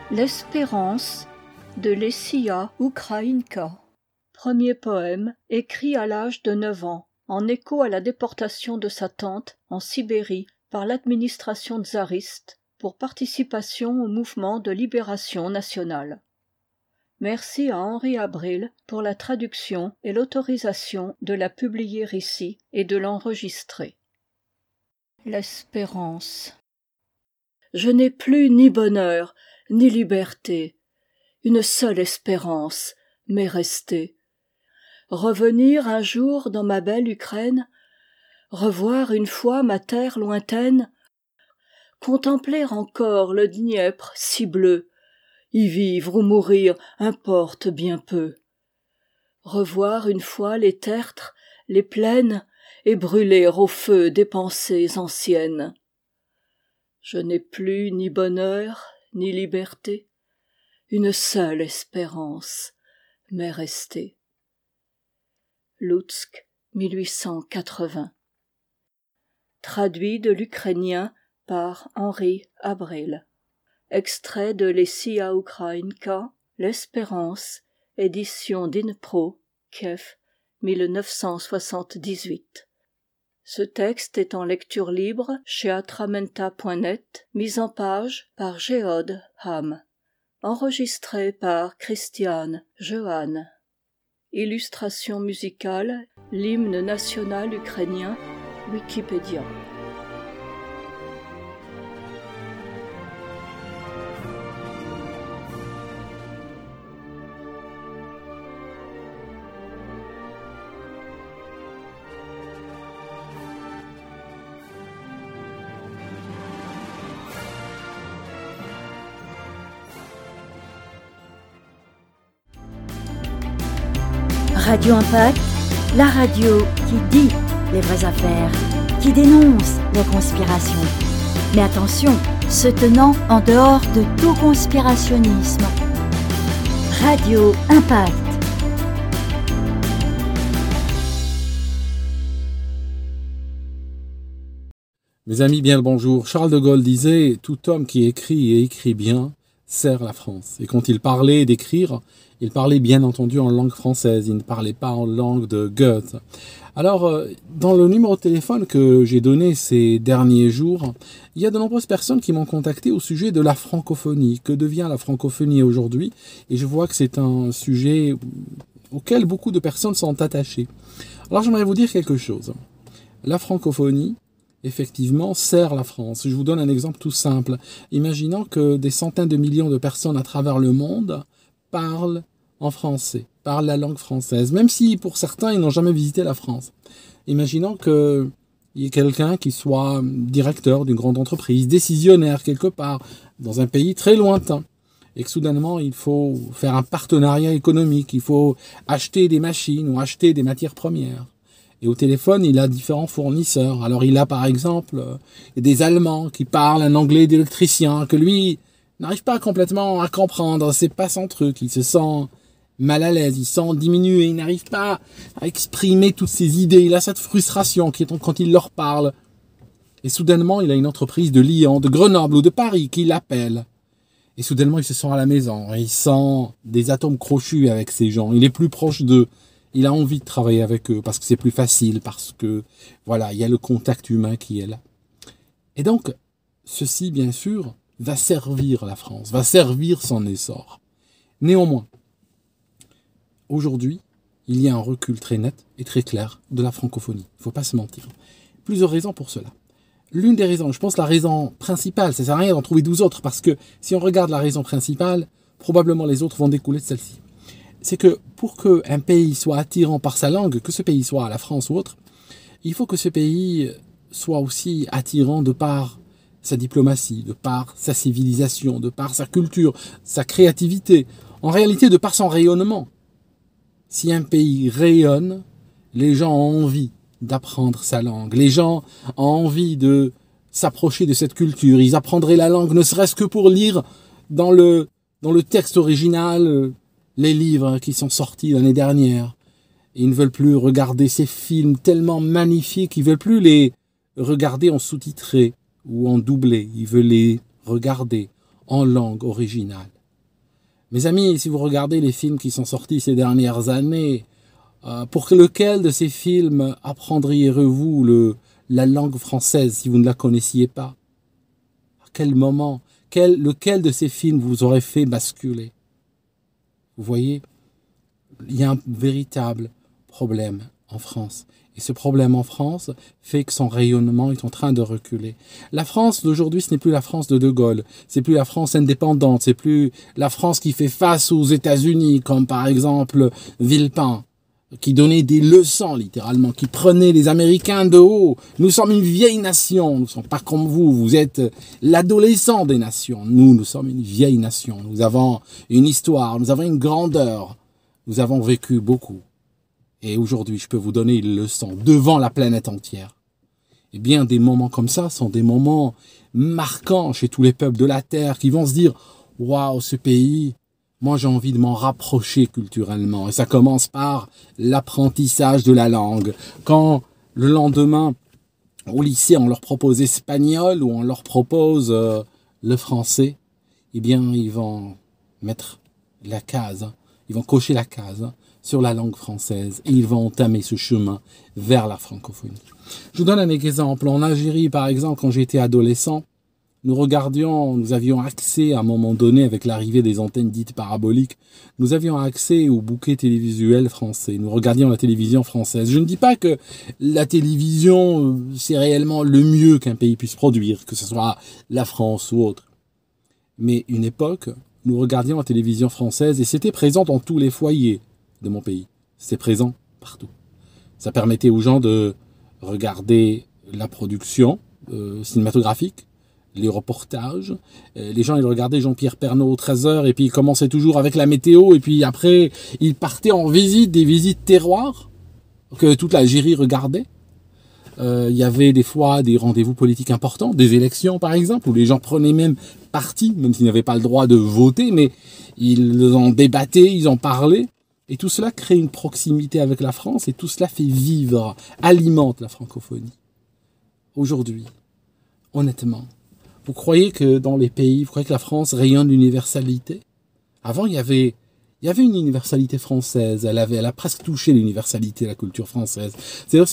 L'espérance de Lessia Ukraïnka. Premier poème écrit à l'âge de 9 ans, en écho à la déportation de sa tante en Sibérie par l'administration tsariste pour participation au mouvement de libération nationale. Merci à Henri Abril pour la traduction et l'autorisation de la publier ici et de l'enregistrer. L'espérance. Je n'ai plus ni bonheur, ni liberté. Une seule espérance m'est restée. Revenir un jour dans ma belle Ukraine, revoir une fois ma terre lointaine, contempler encore le Dniepr si bleu, y vivre ou mourir importe bien peu. Revoir une fois les tertres, les plaines, et brûler au feu des pensées anciennes. Je n'ai plus ni bonheur, ni liberté, une seule espérance m'est restée. Loutsk, 1880. Traduit de l'ukrainien par Henri Abril. Extrait de Lessia Ukraïnka, L'Espérance, édition d'Inpro, Kiev, 1978. Ce texte est en lecture libre chez atramenta.net, mis en page par Geode Ham. Enregistré par Christiane Johan. Illustration musicale, l'hymne national ukrainien, Wikipédia. Radio Impact, la radio qui dit les vraies affaires, qui dénonce les conspirations. Mais attention, se tenant en dehors de tout conspirationnisme. Radio Impact. Mes amis, bien le bonjour. Charles de Gaulle disait « Tout homme qui écrit et écrit bien sert la France ». Et quand il parlait d'écrire, il parlait bien entendu en langue française, il ne parlait pas en langue de Goethe. Alors, dans le numéro de téléphone que j'ai donné ces derniers jours, il y a de nombreuses personnes qui m'ont contacté au sujet de la francophonie. Que devient la francophonie aujourd'hui? Et je vois que c'est un sujet auquel beaucoup de personnes sont attachées. Alors, j'aimerais vous dire quelque chose. La francophonie, effectivement, sert la France. Je vous donne un exemple tout simple. Imaginons que des centaines de millions de personnes à travers le monde parlent en français, parlent la langue française, même si pour certains ils n'ont jamais visité la France. Imaginons qu'il y ait quelqu'un qui soit directeur d'une grande entreprise, décisionnaire quelque part, dans un pays très lointain, et que soudainement il faut faire un partenariat économique, il faut acheter des machines ou acheter des matières premières. Et au téléphone, il a différents fournisseurs. Alors il a par exemple des Allemands qui parlent un anglais d'électricien, que lui n'arrive pas complètement à comprendre, c'est pas son truc, il se sent mal à l'aise, il se sent diminué, il n'arrive pas à exprimer toutes ses idées, il a cette frustration qui est quand il leur parle. Et soudainement, il a une entreprise de Lyon, de Grenoble ou de Paris qui l'appelle. Et soudainement, il se sent à la maison, il sent des atomes crochus avec ces gens, il est plus proche d'eux, il a envie de travailler avec eux parce que c'est plus facile, parce que, voilà, il y a le contact humain qui est là. Et donc, ceci, bien sûr, va servir la France, va servir son essor. Néanmoins, aujourd'hui, il y a un recul très net et très clair de la francophonie. Il ne faut pas se mentir. Plusieurs raisons pour cela. L'une des raisons, je pense la raison principale, ça ne sert à rien d'en trouver 12 autres, parce que si on regarde la raison principale, probablement les autres vont découler de celle-ci. C'est que pour qu'un pays soit attirant par sa langue, que ce pays soit la France ou autre, il faut que ce pays soit aussi attirant de par sa diplomatie, de par sa civilisation, de par sa culture, sa créativité, en réalité de par son rayonnement. Si un pays rayonne, les gens ont envie d'apprendre sa langue, les gens ont envie de s'approcher de cette culture, ils apprendraient la langue ne serait-ce que pour lire dans le texte original les livres qui sont sortis l'année dernière. Ils ne veulent plus regarder ces films tellement magnifiques, ils ne veulent plus les regarder en sous-titré ou en doublé, ils veulent les regarder en langue originale. Mes amis, si vous regardez les films qui sont sortis ces dernières années, pour lequel de ces films apprendriez-vous la langue française si vous ne la connaissiez pas? À quel moment, lequel de ces films vous aurait fait basculer? Vous voyez, il y a un véritable problème en France. Et ce problème en France fait que son rayonnement est en train de reculer. La France d'aujourd'hui, ce n'est plus la France de De Gaulle. C'est plus la France indépendante. C'est plus la France qui fait face aux États-Unis, comme par exemple Villepin, qui donnait des leçons littéralement, qui prenait les Américains de haut. Nous sommes une vieille nation. Nous ne sommes pas comme vous. Vous êtes l'adolescent des nations. Nous sommes une vieille nation. Nous avons une histoire. Nous avons une grandeur. Nous avons vécu beaucoup. Et aujourd'hui, je peux vous donner une leçon devant la planète entière. Eh bien, des moments comme ça sont des moments marquants chez tous les peuples de la Terre qui vont se dire « Waouh, ce pays, moi j'ai envie de m'en rapprocher culturellement. » Et ça commence par l'apprentissage de la langue. Quand le lendemain, au lycée, on leur propose espagnol ou on leur propose le français, eh bien, ils vont mettre la case, ils vont cocher la case sur la langue française et ils vont entamer ce chemin vers la francophonie. Je vous donne un exemple. En Algérie, par exemple, quand j'étais adolescent, nous avions accès à un moment donné, avec l'arrivée des antennes dites paraboliques, nous avions accès au bouquet télévisuel français. Nous regardions la télévision française. Je ne dis pas que la télévision, c'est réellement le mieux qu'un pays puisse produire, que ce soit la France ou autre. Mais une époque, nous regardions la télévision française et c'était présent dans tous les foyers de mon pays. C'est présent partout. Ça permettait aux gens de regarder la production cinématographique, les reportages. Les gens, ils regardaient Jean-Pierre Pernaut au 13h et puis ils commençaient toujours avec la météo et puis après, ils partaient en visite, des visites terroirs que toute l'Algérie regardait. Il y avait des fois des rendez-vous politiques importants, des élections par exemple, où les gens prenaient même parti, même s'ils n'avaient pas le droit de voter, mais ils en débattaient, ils en parlaient. Et tout cela crée une proximité avec la France et tout cela fait vivre, alimente la francophonie. Aujourd'hui, honnêtement, vous croyez que dans les pays, vous croyez que la France rayonne d'universalité? Avant, il y avait une universalité française. Elle a presque touché l'universalité, la culture française. C'est-à-dire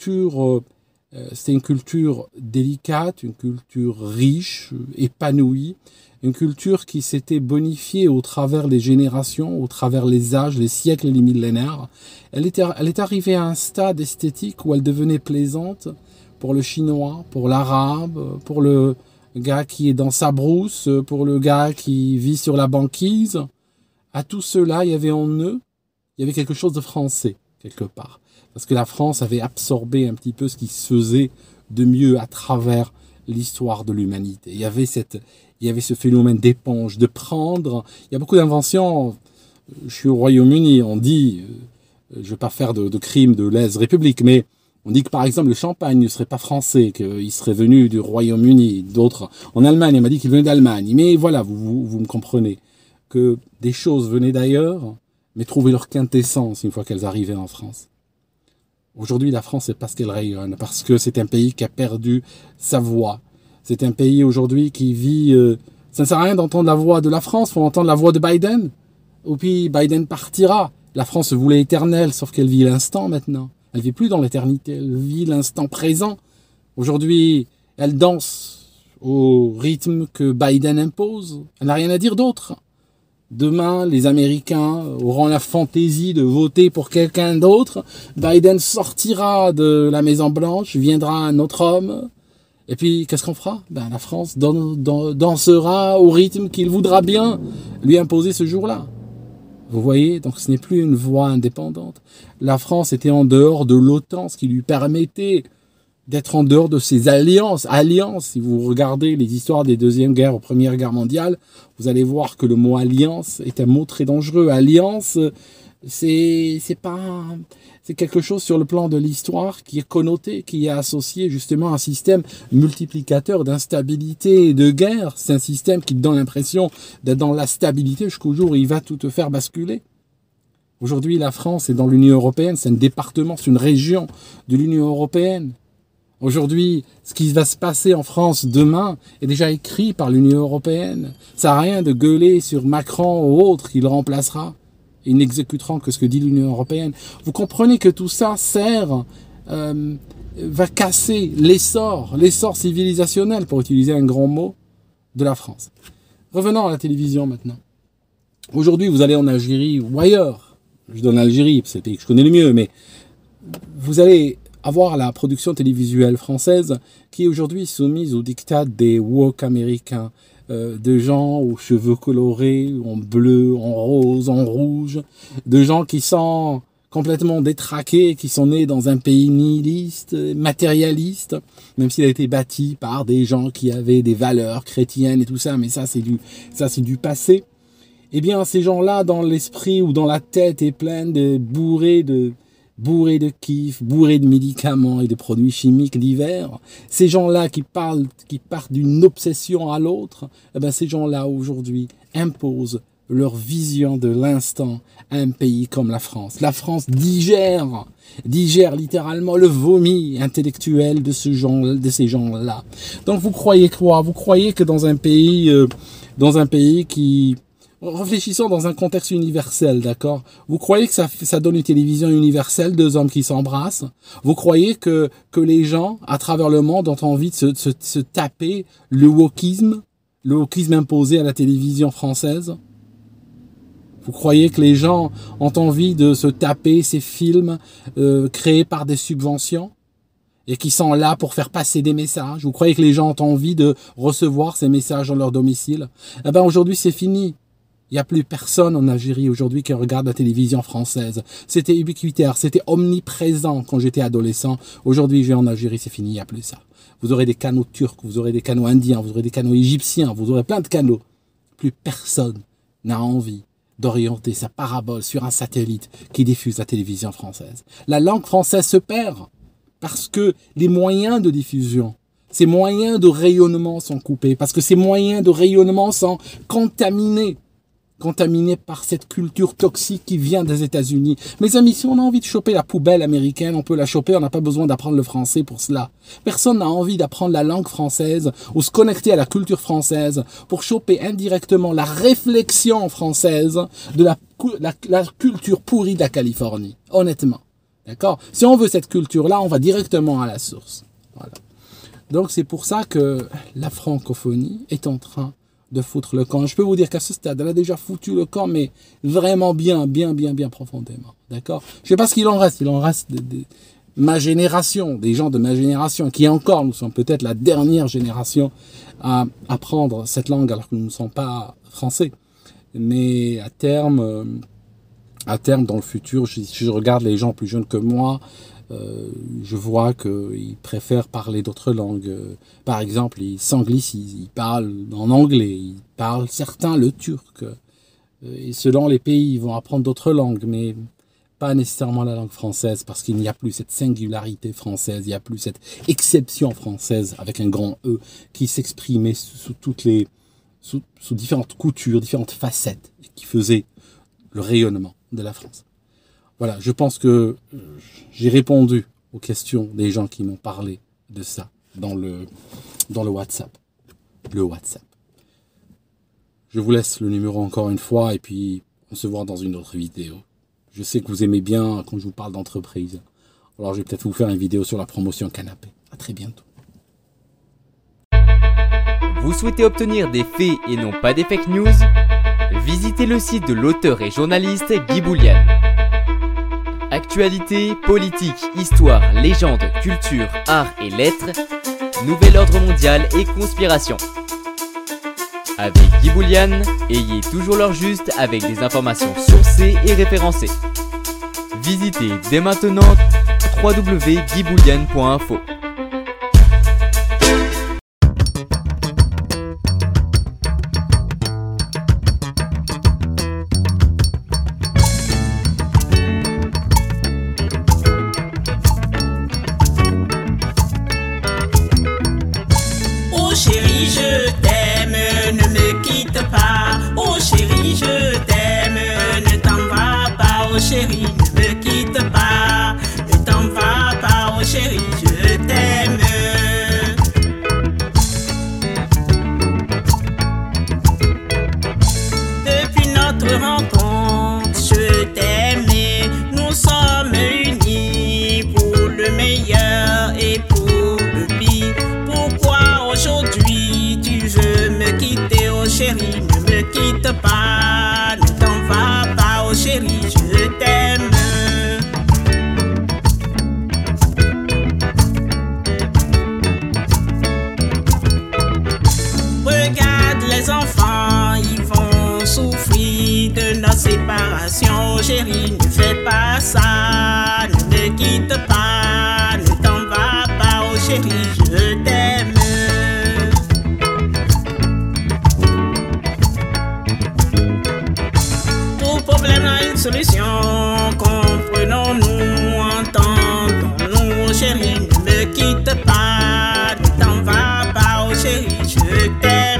c'est une culture délicate, une culture riche, épanouie, une culture qui s'était bonifiée au travers des générations, au travers les âges, les siècles et les millénaires. Elle est arrivée à un stade esthétique où elle devenait plaisante pour le chinois, pour l'arabe, pour le gars qui est dans sa brousse, pour le gars qui vit sur la banquise. À tout cela, il y avait en eux, il y avait quelque chose de français, quelque part. Parce que la France avait absorbé un petit peu ce qui se faisait de mieux à travers l'histoire de l'humanité. Il y avait ce phénomène d'éponge, de prendre. Il y a beaucoup d'inventions. Je suis au Royaume-Uni, on dit, je ne vais pas faire de crime de lèse-république, mais on dit que par exemple le champagne ne serait pas français, qu'il serait venu du Royaume-Uni. D'autres, en Allemagne, on m'a dit qu'il venait d'Allemagne. Mais voilà, vous me comprenez, que des choses venaient d'ailleurs, mais trouvaient leur quintessence une fois qu'elles arrivaient en France. Aujourd'hui, la France, c'est parce qu'elle rayonne, parce que c'est un pays qui a perdu sa voix. C'est un pays aujourd'hui qui vit... ça ne sert à rien d'entendre la voix de la France, il faut entendre la voix de Biden. Et puis Biden partira. La France se voulait éternelle, sauf qu'elle vit l'instant maintenant. Elle ne vit plus dans l'éternité, elle vit l'instant présent. Aujourd'hui, elle danse au rythme que Biden impose. Elle n'a rien à dire d'autre. Demain, les Américains auront la fantaisie de voter pour quelqu'un d'autre. Biden sortira de la Maison-Blanche, viendra un autre homme. Et puis, qu'est-ce qu'on fera? La France dansera au rythme qu'il voudra bien lui imposer ce jour-là. Vous voyez? Donc, ce n'est plus une voix indépendante. La France était en dehors de l'OTAN, ce qui lui permettait d'être en dehors de ses alliances. Alliance, si vous regardez les histoires des Deuxième Guerre ou Première Guerre mondiale, vous allez voir que le mot alliance est un mot très dangereux. Alliance, c'est quelque chose sur le plan de l'histoire qui est connoté, qui est associé justement à un système multiplicateur d'instabilité et de guerre. C'est un système qui donne l'impression d'être dans la stabilité jusqu'au jour où il va tout te faire basculer. Aujourd'hui, la France est dans l'Union européenne, c'est un département, c'est une région de l'Union européenne. Aujourd'hui, ce qui va se passer en France demain est déjà écrit par l'Union européenne. Ça n'a rien de gueuler sur Macron ou autre qui le remplacera. Ils n'exécuteront que ce que dit l'Union européenne. Vous comprenez que tout ça va casser l'essor civilisationnel, pour utiliser un grand mot, de la France. Revenons à la télévision maintenant. Aujourd'hui, vous allez en Algérie ou ailleurs. Je donne l'Algérie, c'est le pays que je connais le mieux, mais vous allez avoir la production télévisuelle française qui est aujourd'hui soumise au diktat des woke américains, de gens aux cheveux colorés, en bleu, en rose, en rouge, de gens qui sont complètement détraqués, qui sont nés dans un pays nihiliste, matérialiste, même s'il a été bâti par des gens qui avaient des valeurs chrétiennes et tout ça, mais ça c'est du passé. Eh bien, ces gens-là, dans l'esprit ou dans la tête, est plein de bourrés de kiff, bourrés de médicaments et de produits chimiques divers. Ces gens-là qui partent d'une obsession à l'autre, eh ben, ces gens-là, aujourd'hui, imposent leur vision de l'instant à un pays comme la France. La France digère littéralement le vomi intellectuel de ces gens-là. Donc, vous croyez quoi? Vous croyez que dans un pays qui... Réfléchissons dans un contexte universel, d'accord? Vous croyez que ça donne une télévision universelle, deux hommes qui s'embrassent? Vous croyez que les gens, à travers le monde, ont envie de se taper le wokisme imposé à la télévision française? Vous croyez que les gens ont envie de se taper ces films créés par des subventions et qui sont là pour faire passer des messages? Vous croyez que les gens ont envie de recevoir ces messages dans leur domicile? Eh ben, aujourd'hui, c'est fini. Il n'y a plus personne en Algérie aujourd'hui qui regarde la télévision française. C'était ubiquitaire, c'était omniprésent quand j'étais adolescent. Aujourd'hui, je vais en Algérie, c'est fini, il n'y a plus ça. Vous aurez des canaux turcs, vous aurez des canaux indiens, vous aurez des canaux égyptiens, vous aurez plein de canaux. Plus personne n'a envie d'orienter sa parabole sur un satellite qui diffuse la télévision française. La langue française se perd parce que les moyens de diffusion, ces moyens de rayonnement sont coupés, parce que ces moyens de rayonnement sont contaminés par cette culture toxique qui vient des États-Unis. Mes amis, si on a envie de choper la poubelle américaine, on peut la choper, on n'a pas besoin d'apprendre le français pour cela. Personne n'a envie d'apprendre la langue française ou se connecter à la culture française pour choper indirectement la réflexion française de la culture pourrie de la Californie. Honnêtement. D'accord? Si on veut cette culture-là, on va directement à la source. Voilà. Donc c'est pour ça que la francophonie est en train de foutre le camp. Je peux vous dire qu'à ce stade, elle a déjà foutu le camp, mais vraiment bien profondément. D'accord? Je sais pas ce qu'il en reste. Il en reste ma génération, des gens de ma génération, qui encore, nous sommes peut-être la dernière génération à apprendre cette langue, alors que nous ne sommes pas français. Mais à terme, dans le futur, je regarde les gens plus jeunes que moi, je vois qu'ils préfèrent parler d'autres langues. Par exemple, ils s'anglicisent, ils parlent en anglais, ils parlent certains le turc. Et selon les pays, ils vont apprendre d'autres langues, mais pas nécessairement la langue française, parce qu'il n'y a plus cette singularité française, il n'y a plus cette exception française avec un grand E qui s'exprimait sous différentes coutures, différentes facettes, et qui faisait le rayonnement de la France. Voilà, je pense que j'ai répondu aux questions des gens qui m'ont parlé de ça dans le WhatsApp. Le WhatsApp. Je vous laisse le numéro encore une fois et puis on se voit dans une autre vidéo. Je sais que vous aimez bien quand je vous parle d'entreprise. Alors je vais peut-être vous faire une vidéo sur la promotion canapé. À très bientôt. Vous souhaitez obtenir des faits et non pas des fake news? Visitez le site de l'auteur et journaliste Guy Boulian. Actualité, politique, histoire, légende, culture, art et lettres, nouvel ordre mondial et conspiration. Avec Guy Boulian, ayez toujours l'heure juste avec des informations sourcées et référencées. Visitez dès maintenant www.guyboulian.info. Chérie, ne me quitte pas, ne t'en vas pas, oh chérie, je t'aime. rencontre, je t'aime et nous sommes unis pour le meilleur et pour le pire. Pourquoi aujourd'hui tu veux me quitter, oh chérie, ne me quitte pas, ne t'en vas pas, oh chérie, je t'aime. Regarde les enfants, ils vont souffrir de notre séparation. Chérie, ne fais pas ça, ne me quitte pas, ne t'en vas pas, oh chérie, je t'aime. Tout problème a une solution, comprenons-nous, entendons-nous, oh chérie, ne me quitte pas, ne t'en vas pas, oh chérie, je t'aime.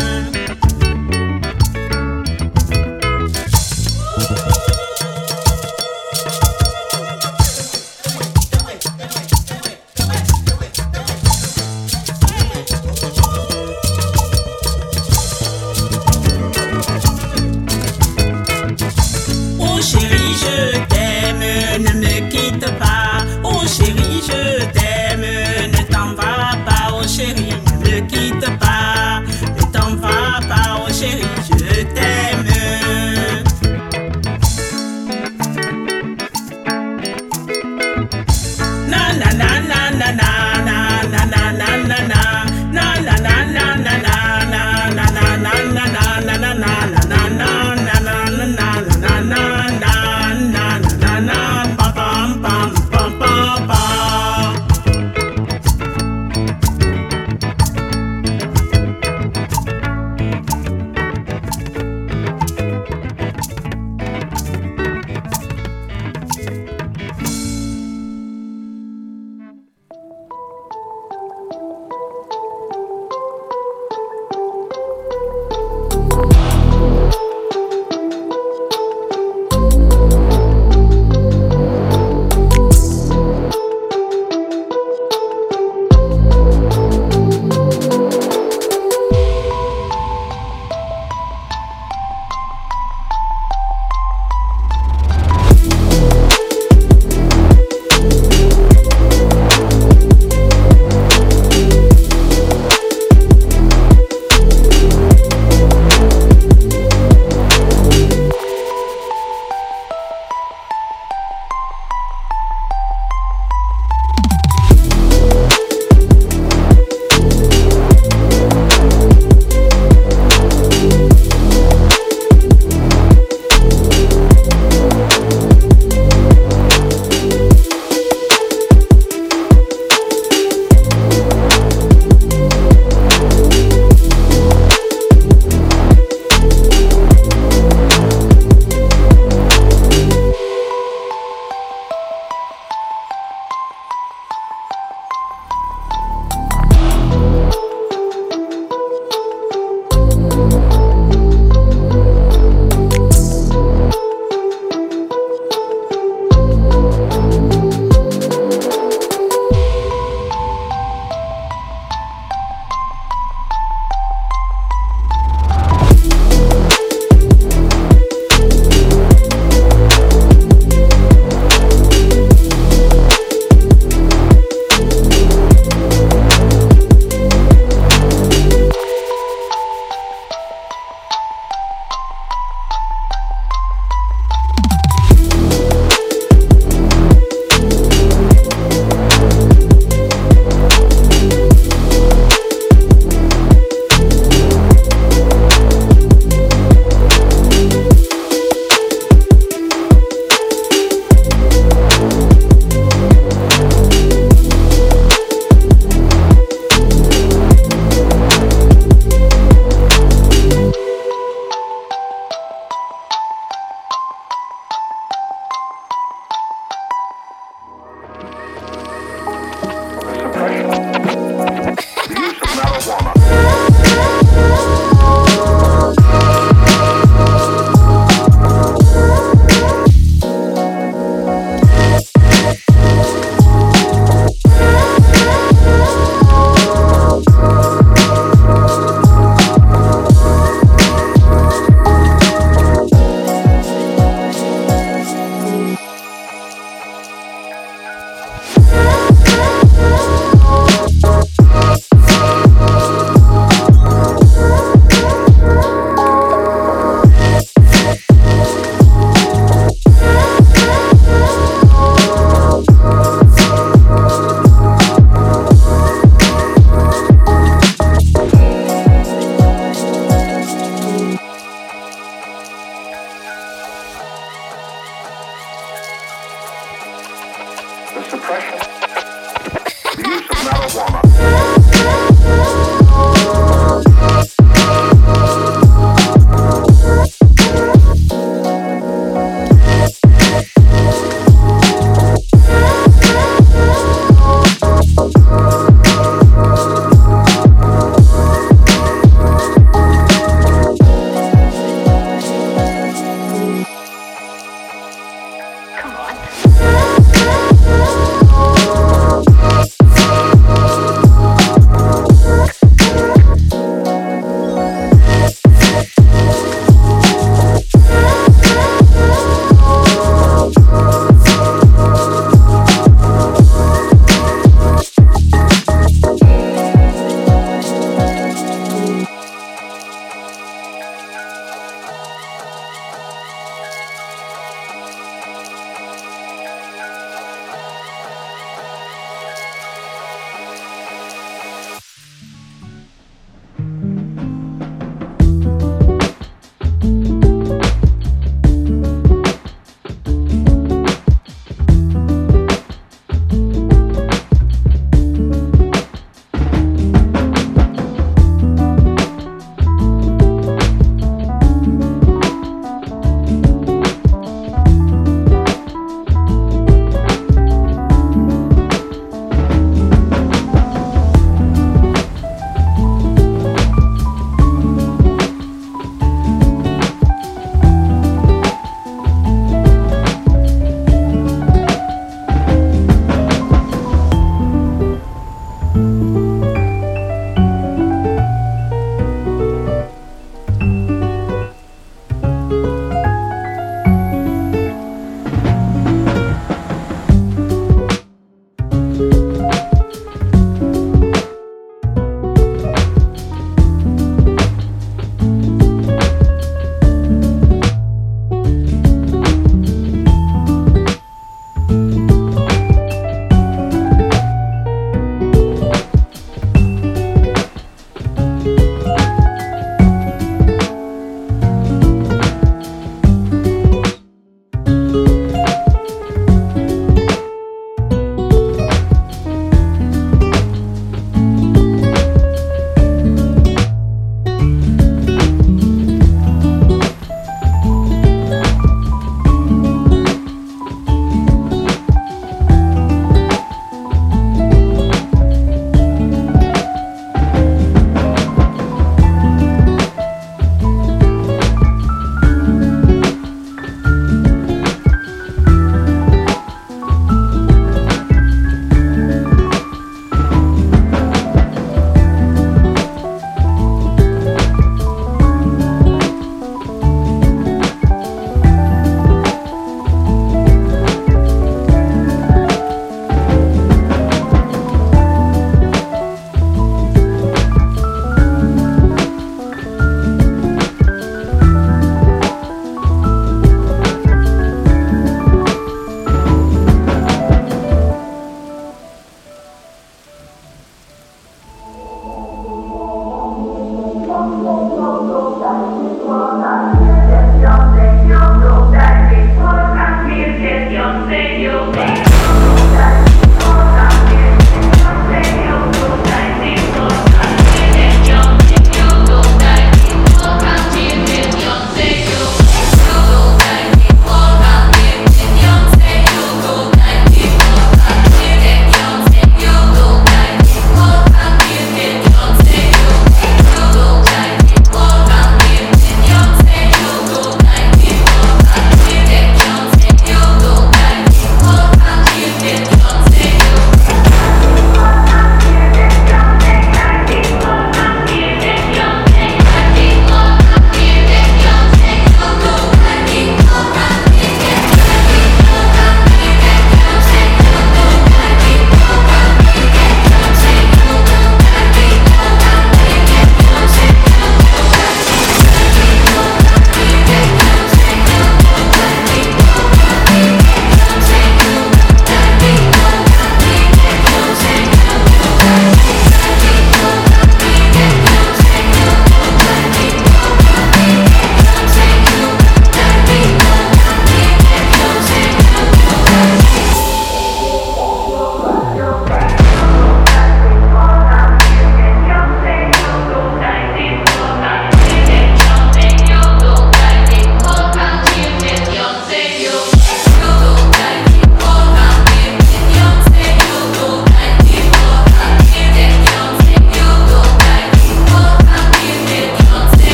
Oh chérie, je t'aime, ne me quitte pas. Oh chérie, je t'aime, ne t'en vas pas. Oh chérie, ne me quitte pas.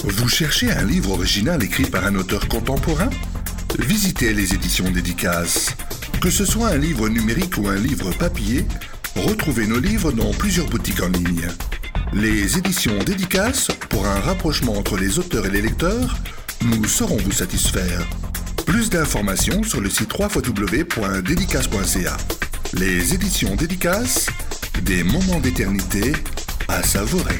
Vous cherchez un livre original écrit par un auteur contemporain? Visitez les éditions Dédicaces. Que ce soit un livre numérique ou un livre papier, retrouvez nos livres dans plusieurs boutiques en ligne. Les éditions Dédicaces, pour un rapprochement entre les auteurs et les lecteurs, nous saurons vous satisfaire. Plus d'informations sur le site www.dédicace.ca. Les éditions Dédicaces, des moments d'éternité à savourer.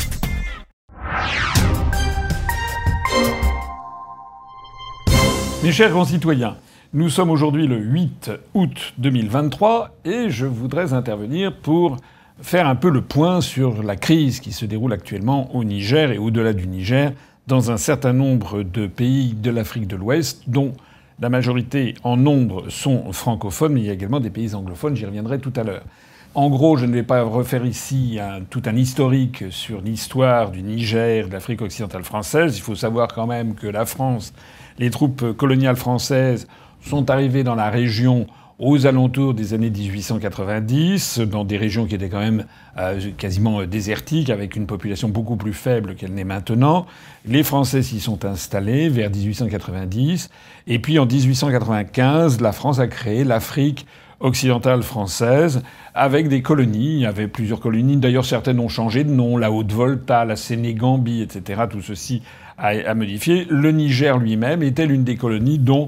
Mes chers concitoyens, nous sommes aujourd'hui le 8 août 2023 et je voudrais intervenir pour faire un peu le point sur la crise qui se déroule actuellement au Niger et au-delà du Niger, dans un certain nombre de pays de l'Afrique de l'Ouest, dont la majorité en nombre sont francophones, mais il y a également des pays anglophones, j'y reviendrai tout à l'heure. En gros, je ne vais pas refaire ici tout un historique sur l'histoire du Niger, de l'Afrique occidentale française. Il faut savoir quand même que la France, les troupes coloniales françaises sont arrivées dans la région aux alentours des années 1890, dans des régions qui étaient quand même quasiment désertiques, avec une population beaucoup plus faible qu'elle n'est maintenant. Les Français s'y sont installés vers 1890. Et puis en 1895, la France a créé l'Afrique occidentale française, avec des colonies. Il y avait plusieurs colonies. D'ailleurs, certaines ont changé de nom. La Haute-Volta, la Sénégambie, etc. Tout ceci a modifié. Le Niger lui-même était l'une des colonies dont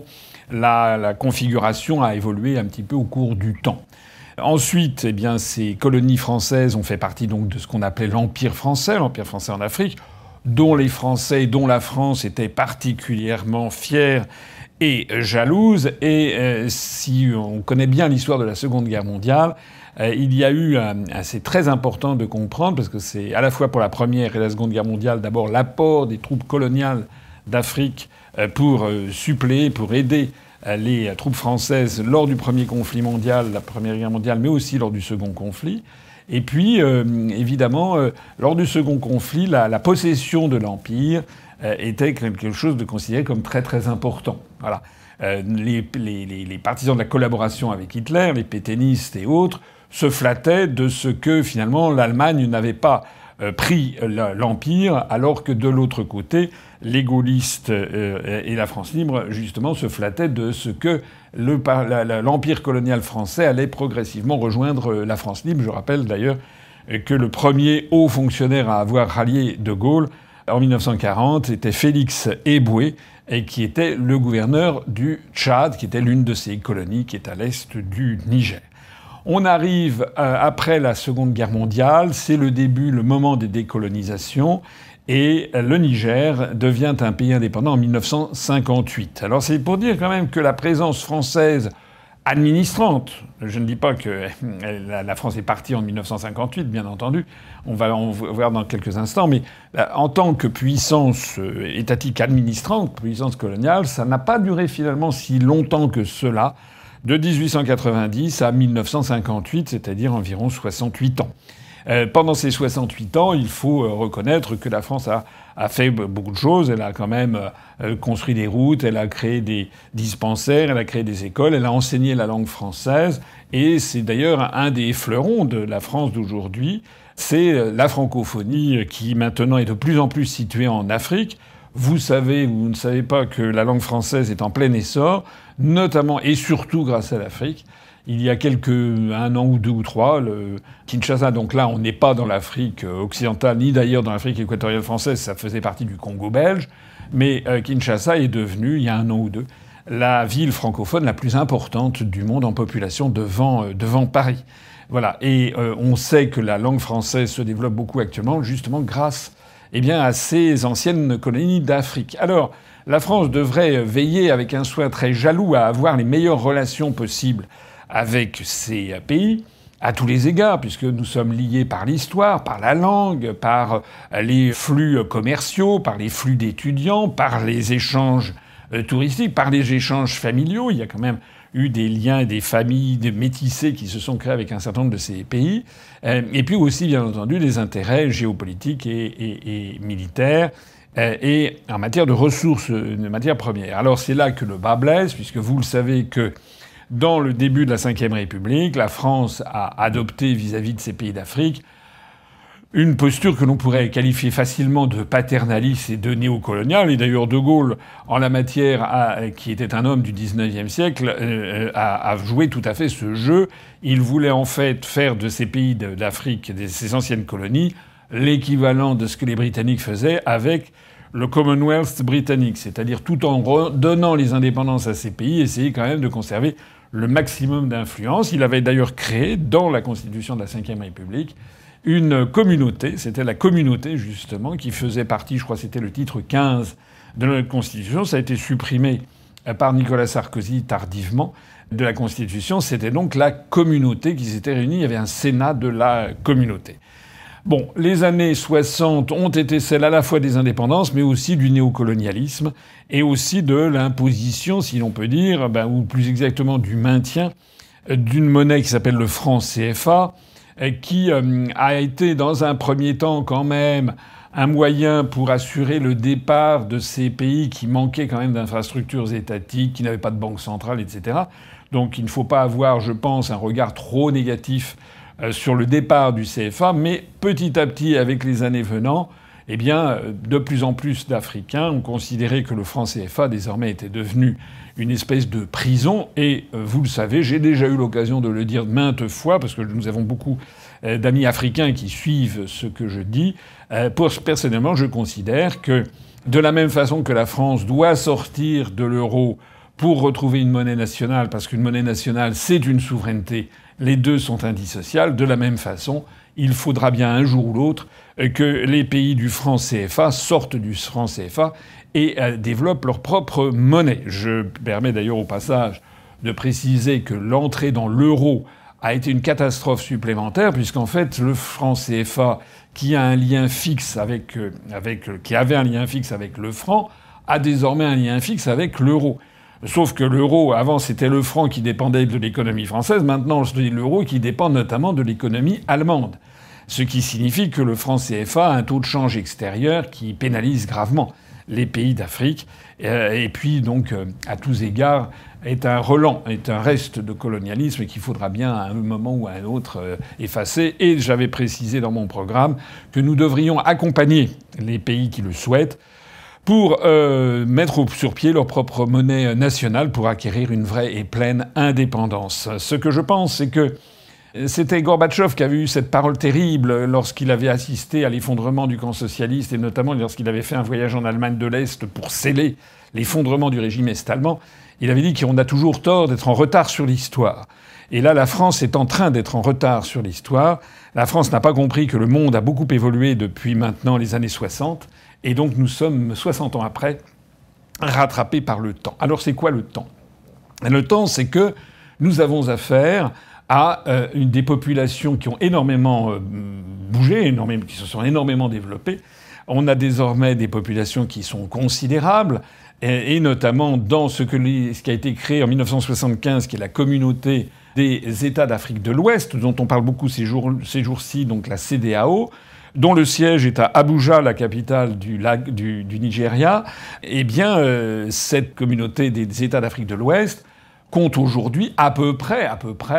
la configuration a évolué un petit peu au cours du temps. Ensuite, eh bien, ces colonies françaises ont fait partie donc de ce qu'on appelait l'Empire français en Afrique, dont les Français, dont la France était particulièrement fière et jalouse. Et si on connaît bien l'histoire de la Seconde Guerre mondiale, il y a eu, c'est très important de comprendre, parce que c'est à la fois pour la Première et la Seconde Guerre mondiale, d'abord l'apport des troupes coloniales d'Afrique pour suppléer, pour aider les troupes françaises lors du premier conflit mondial, la Première Guerre mondiale, mais aussi lors du second conflit. Et puis, évidemment, lors du second conflit, la possession de l'Empire était quelque chose de considéré comme très très important. Voilà. Les partisans de la collaboration avec Hitler, les pétainistes et autres, se flattaient de ce que finalement l'Allemagne n'avait pas pris l'Empire, alors que de l'autre côté, les gaullistes et la France libre, justement, se flattaient de ce que l'Empire colonial français allait progressivement rejoindre la France libre. Je rappelle d'ailleurs que le premier haut fonctionnaire à avoir rallié de Gaulle en 1940 était Félix Éboué, et qui était le gouverneur du Tchad, qui était l'une de ces colonies qui est à l'est du Niger. On arrive après la Seconde Guerre mondiale, c'est le début, le moment des décolonisations, et le Niger devient un pays indépendant en 1958. Alors c'est pour dire quand même que la présence française administrante, je ne dis pas que la France est partie en 1958, bien entendu, on va voir dans quelques instants, mais en tant que puissance étatique administrante, puissance coloniale, ça n'a pas duré finalement si longtemps que cela, de 1890 à 1958, c'est-à-dire environ 68 ans. Pendant ces 68 ans, il faut reconnaître que la France a fait beaucoup de choses. Elle a quand même construit des routes, elle a créé des dispensaires, elle a créé des écoles, elle a enseigné la langue française. Et c'est d'ailleurs un des fleurons de la France d'aujourd'hui. C'est la francophonie qui maintenant est de plus en plus située en Afrique. Vous savez ou vous ne savez pas que la langue française est en plein essor, notamment et surtout grâce à l'Afrique. Il y a un an ou deux ou trois, le Kinshasa, donc là on n'est pas dans l'Afrique occidentale, ni d'ailleurs dans l'Afrique équatoriale française, ça faisait partie du Congo belge, mais Kinshasa est devenu, il y a un an ou deux, la ville francophone la plus importante du monde en population devant Paris. Voilà. Et on sait que la langue française se développe beaucoup actuellement, justement grâce à ces anciennes colonies d'Afrique. Alors, la France devrait veiller avec un soin très jaloux à avoir les meilleures relations possibles avec ces pays, à tous les égards, puisque nous sommes liés par l'histoire, par la langue, par les flux commerciaux, par les flux d'étudiants, par les échanges touristiques, par les échanges familiaux. Il y a quand même eu des liens et des familles métissées qui se sont créées avec un certain nombre de ces pays. Et puis aussi, bien entendu, des intérêts géopolitiques et militaires et en matière de ressources, de matières premières. Alors c'est là que le bas blesse, puisque vous le savez que dans le début de la Ve République, la France a adopté vis-à-vis de ces pays d'Afrique une posture que l'on pourrait qualifier facilement de paternaliste et de néocoloniale. Et d'ailleurs, De Gaulle, en la matière, qui était un homme du 19e siècle, a joué tout à fait ce jeu. Il voulait en fait faire de ces pays d'Afrique, de ces anciennes colonies, l'équivalent de ce que les Britanniques faisaient avec le Commonwealth britannique. C'est-à-dire, tout en donnant les indépendances à ces pays, essayer quand même de conserver le maximum d'influence. Il avait d'ailleurs créé, dans la Constitution de la Ve République, une communauté, c'était la communauté justement, qui faisait partie, je crois que c'était le titre 15 de notre Constitution. Ça a été supprimé par Nicolas Sarkozy tardivement de la Constitution. C'était donc la communauté qui s'était réunie. Il y avait un Sénat de la communauté. Bon, les années 60 ont été celles à la fois des indépendances, mais aussi du néocolonialisme, et aussi de l'imposition, si l'on peut dire, ou plus exactement du maintien d'une monnaie qui s'appelle le franc CFA, qui a été dans un premier temps quand même un moyen pour assurer le départ de ces pays qui manquaient quand même d'infrastructures étatiques, qui n'avaient pas de banque centrale, etc. Donc il ne faut pas avoir, je pense, un regard trop négatif sur le départ du CFA, mais petit à petit, avec les années venant, eh bien, de plus en plus d'Africains ont considéré que le franc CFA désormais était devenu une espèce de prison. Et vous le savez, j'ai déjà eu l'occasion de le dire maintes fois, parce que nous avons beaucoup d'amis africains qui suivent ce que je dis. Personnellement, je considère que de la même façon que la France doit sortir de l'euro pour retrouver une monnaie nationale, parce qu'une monnaie nationale, c'est une souveraineté, les deux sont indissociables, de la même façon, il faudra bien un jour ou l'autre que les pays du franc CFA sortent du franc CFA et développent leur propre monnaie. Je permets d'ailleurs au passage de préciser que l'entrée dans l'euro a été une catastrophe supplémentaire, puisqu'en fait, le franc CFA, qui a un lien fixe qui avait un lien fixe avec le franc, a désormais un lien fixe avec l'euro. Sauf que l'euro, avant, c'était le franc qui dépendait de l'économie française. Maintenant, c'est l'euro qui dépend notamment de l'économie allemande. Ce qui signifie que le franc CFA a un taux de change extérieur qui pénalise gravement les pays d'Afrique. Et puis, donc, à tous égards, est un relent, est un reste de colonialisme qu'il faudra bien à un moment ou à un autre effacer. Et j'avais précisé dans mon programme que nous devrions accompagner les pays qui le souhaitent pour mettre sur pied leur propre monnaie nationale pour acquérir une vraie et pleine indépendance. Ce que je pense, c'est que c'était Gorbatchev qui avait eu cette parole terrible lorsqu'il avait assisté à l'effondrement du camp socialiste, et notamment lorsqu'il avait fait un voyage en Allemagne de l'Est pour sceller l'effondrement du régime est-allemand. Il avait dit qu'on a toujours tort d'être en retard sur l'histoire. Et là, la France est en train d'être en retard sur l'histoire. La France n'a pas compris que le monde a beaucoup évolué depuis maintenant les années 60. Et donc nous sommes, 60 ans après, rattrapés par le temps. Alors c'est quoi le temps ? Le temps, c'est que nous avons affaire à des populations qui ont énormément bougé, qui se sont énormément développées. On a désormais des populations qui sont considérables, et notamment dans ce qui a été créé en 1975, qui est la communauté des États d'Afrique de l'Ouest, dont on parle beaucoup ces jours-ci, donc la CEDEAO, dont le siège est à Abuja, la capitale du Nigeria. Eh bien, cette communauté des États d'Afrique de l'Ouest compte aujourd'hui à peu près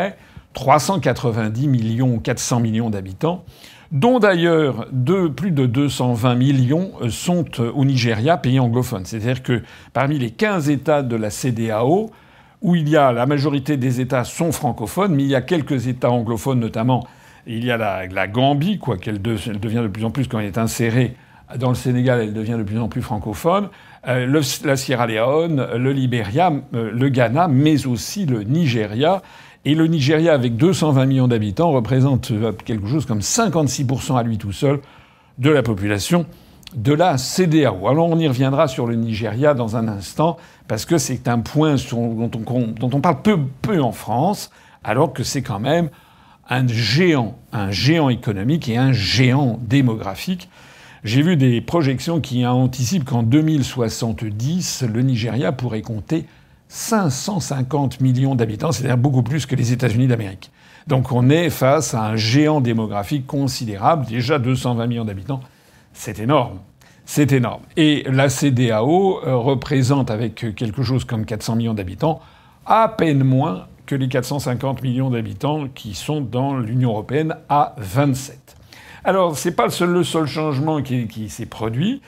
390 millions, 400 millions d'habitants, dont d'ailleurs plus de 220 millions sont au Nigeria, pays anglophone. C'est-à-dire que parmi les 15 États de la CEDEAO, où la majorité des États sont francophones, mais il y a quelques États anglophones, notamment il y a la Gambie, elle devient de plus en plus, quand elle est insérée dans le Sénégal, elle devient de plus en plus francophone, la Sierra Leone, le Libéria, le Ghana, mais aussi le Nigeria. Et le Nigeria, avec 220 millions d'habitants, représente quelque chose comme 56% à lui tout seul de la population de la CEDEAO. Alors on y reviendra sur le Nigeria dans un instant, parce que c'est un point dont on parle peu en France, alors que c'est quand même un géant économique et un géant démographique. J'ai vu des projections qui anticipent qu'en 2070, le Nigeria pourrait compter 550 millions d'habitants, c'est-à-dire beaucoup plus que les États-Unis d'Amérique. Donc on est face à un géant démographique considérable. Déjà 220 millions d'habitants, c'est énorme. C'est énorme. Et la CEDEAO représente, avec quelque chose comme 400 millions d'habitants, à peine moins que les 450 millions d'habitants qui sont dans l'Union européenne à 27. Alors, c'est pas le seul changement qui s'est produit.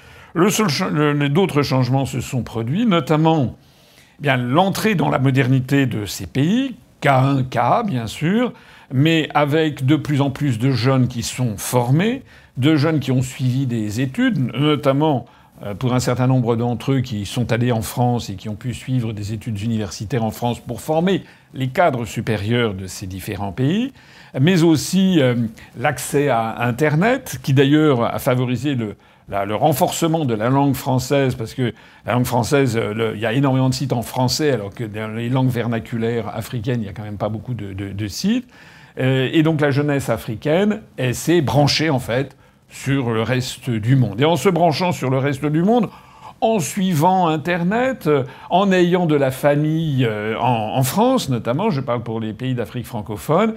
D'autres changements se sont produits, notamment bien l'entrée dans la modernité de ces pays, cas un cas, bien sûr, mais avec de plus en plus de jeunes qui sont formés, de jeunes qui ont suivi des études, notamment pour un certain nombre d'entre eux qui sont allés en France et qui ont pu suivre des études universitaires en France pour former les cadres supérieurs de ces différents pays, mais aussi l'accès à Internet, qui d'ailleurs a favorisé le renforcement de la langue française, parce que la langue française, il y a énormément de sites en français, alors que dans les langues vernaculaires africaines, il n'y a quand même pas beaucoup de sites. Et donc la jeunesse africaine, elle s'est branchée, en fait, sur le reste du monde. Et en se branchant sur le reste du monde, en suivant Internet, en ayant de la famille en France, notamment, je parle pour les pays d'Afrique francophone,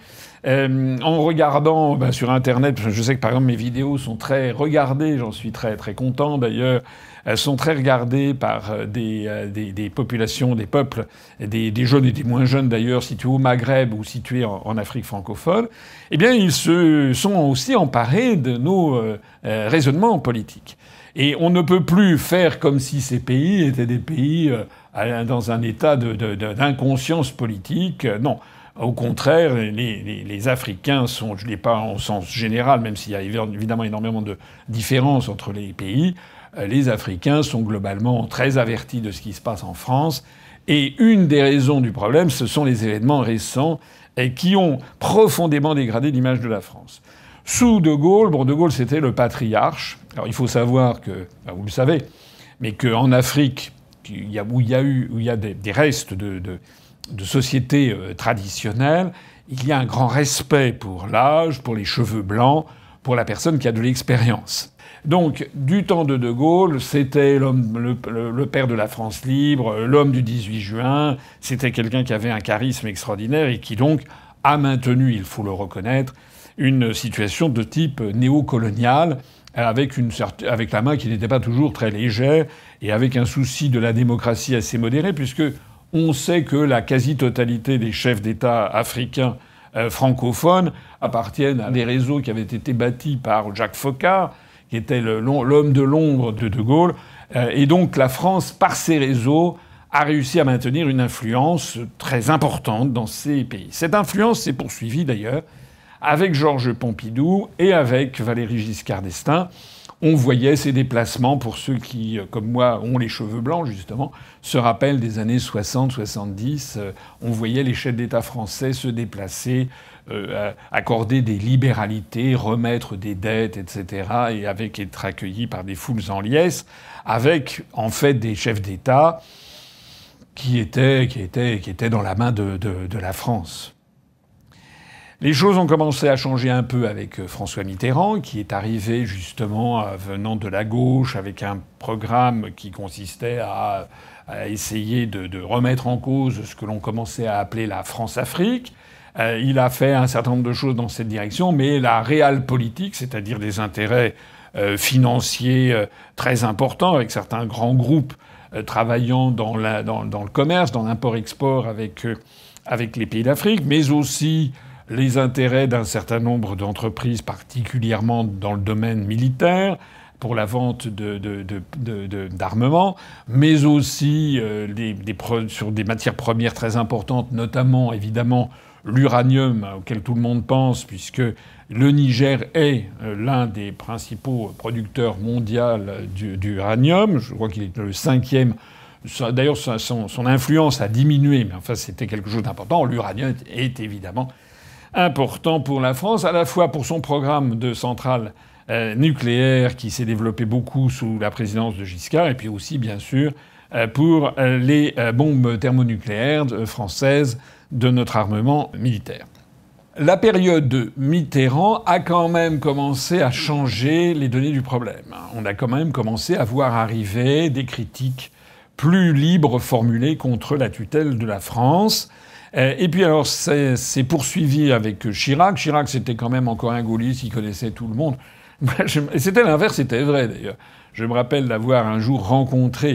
en regardant sur Internet, je sais que par exemple mes vidéos sont très regardées, j'en suis très très content d'ailleurs, elles sont très regardées par des populations, des peuples, des jeunes et des moins jeunes d'ailleurs, situés au Maghreb ou situés en Afrique francophone, eh bien ils se sont aussi emparés de nos raisonnements politiques. Et on ne peut plus faire comme si ces pays étaient des pays dans un état d'inconscience politique. Non. Au contraire, les Africains sont, je ne dis pas en sens général, même s'il y a évidemment énormément de différences entre les pays, les Africains sont globalement très avertis de ce qui se passe en France. Et une des raisons du problème, ce sont les événements récents qui ont profondément dégradé l'image de la France. Sous De Gaulle, De Gaulle c'était le patriarche. Alors il faut savoir que, vous le savez, mais qu'en Afrique, où il y a des restes de sociétés traditionnelles, il y a un grand respect pour l'âge, pour les cheveux blancs, pour la personne qui a de l'expérience. Donc, du temps de Gaulle, c'était le père de la France libre, l'homme du 18 juin, c'était quelqu'un qui avait un charisme extraordinaire et qui donc a maintenu, il faut le reconnaître, une situation de type néocolonial, avec la main qui n'était pas toujours très légère, et avec un souci de la démocratie assez modéré, puisque on sait que la quasi-totalité des chefs d'État africains francophones appartiennent à des réseaux qui avaient été bâtis par Jacques Foccart, qui était l'homme de l'ombre de De Gaulle. Et donc la France, par ces réseaux, a réussi à maintenir une influence très importante dans ces pays. Cette influence s'est poursuivie d'ailleurs avec Georges Pompidou et avec Valéry Giscard d'Estaing. On voyait ces déplacements, pour ceux qui, comme moi, ont les cheveux blancs, justement, se rappellent des années 60-70. On voyait les chefs d'État français se déplacer, accorder des libéralités, remettre des dettes, etc., et avec être accueillis par des foules en liesse, avec, en fait, des chefs d'État qui étaient dans la main de la France. Les choses ont commencé à changer un peu avec François Mitterrand, qui est arrivé justement venant de la gauche avec un programme qui consistait à essayer de remettre en cause ce que l'on commençait à appeler la France-Afrique. Il a fait un certain nombre de choses dans cette direction, mais la réelle politique, c'est-à-dire des intérêts financiers très importants, avec certains grands groupes travaillant dans le commerce, dans l'import-export avec les pays d'Afrique, mais aussi les intérêts d'un certain nombre d'entreprises, particulièrement dans le domaine militaire, pour la vente d'armements, mais aussi sur des matières premières très importantes, notamment, évidemment, l'uranium, auquel tout le monde pense, puisque le Niger est l'un des principaux producteurs mondiaux d'uranium. Je crois qu'il est le 5e. D'ailleurs, son influence a diminué, mais enfin, c'était quelque chose d'important. L'uranium est évidemment important pour la France, à la fois pour son programme de centrale nucléaire qui s'est développé beaucoup sous la présidence de Giscard, et puis aussi, bien sûr, pour les bombes thermonucléaires françaises de notre armement militaire. La période de Mitterrand a quand même commencé à changer les données du problème. On a quand même commencé à voir arriver des critiques plus libres formulées contre la tutelle de la France. Et puis alors, c'est poursuivi avec Chirac. Chirac, c'était quand même encore un gaulliste, il connaissait tout le monde. Et c'était l'inverse, c'était vrai d'ailleurs. Je me rappelle d'avoir un jour rencontré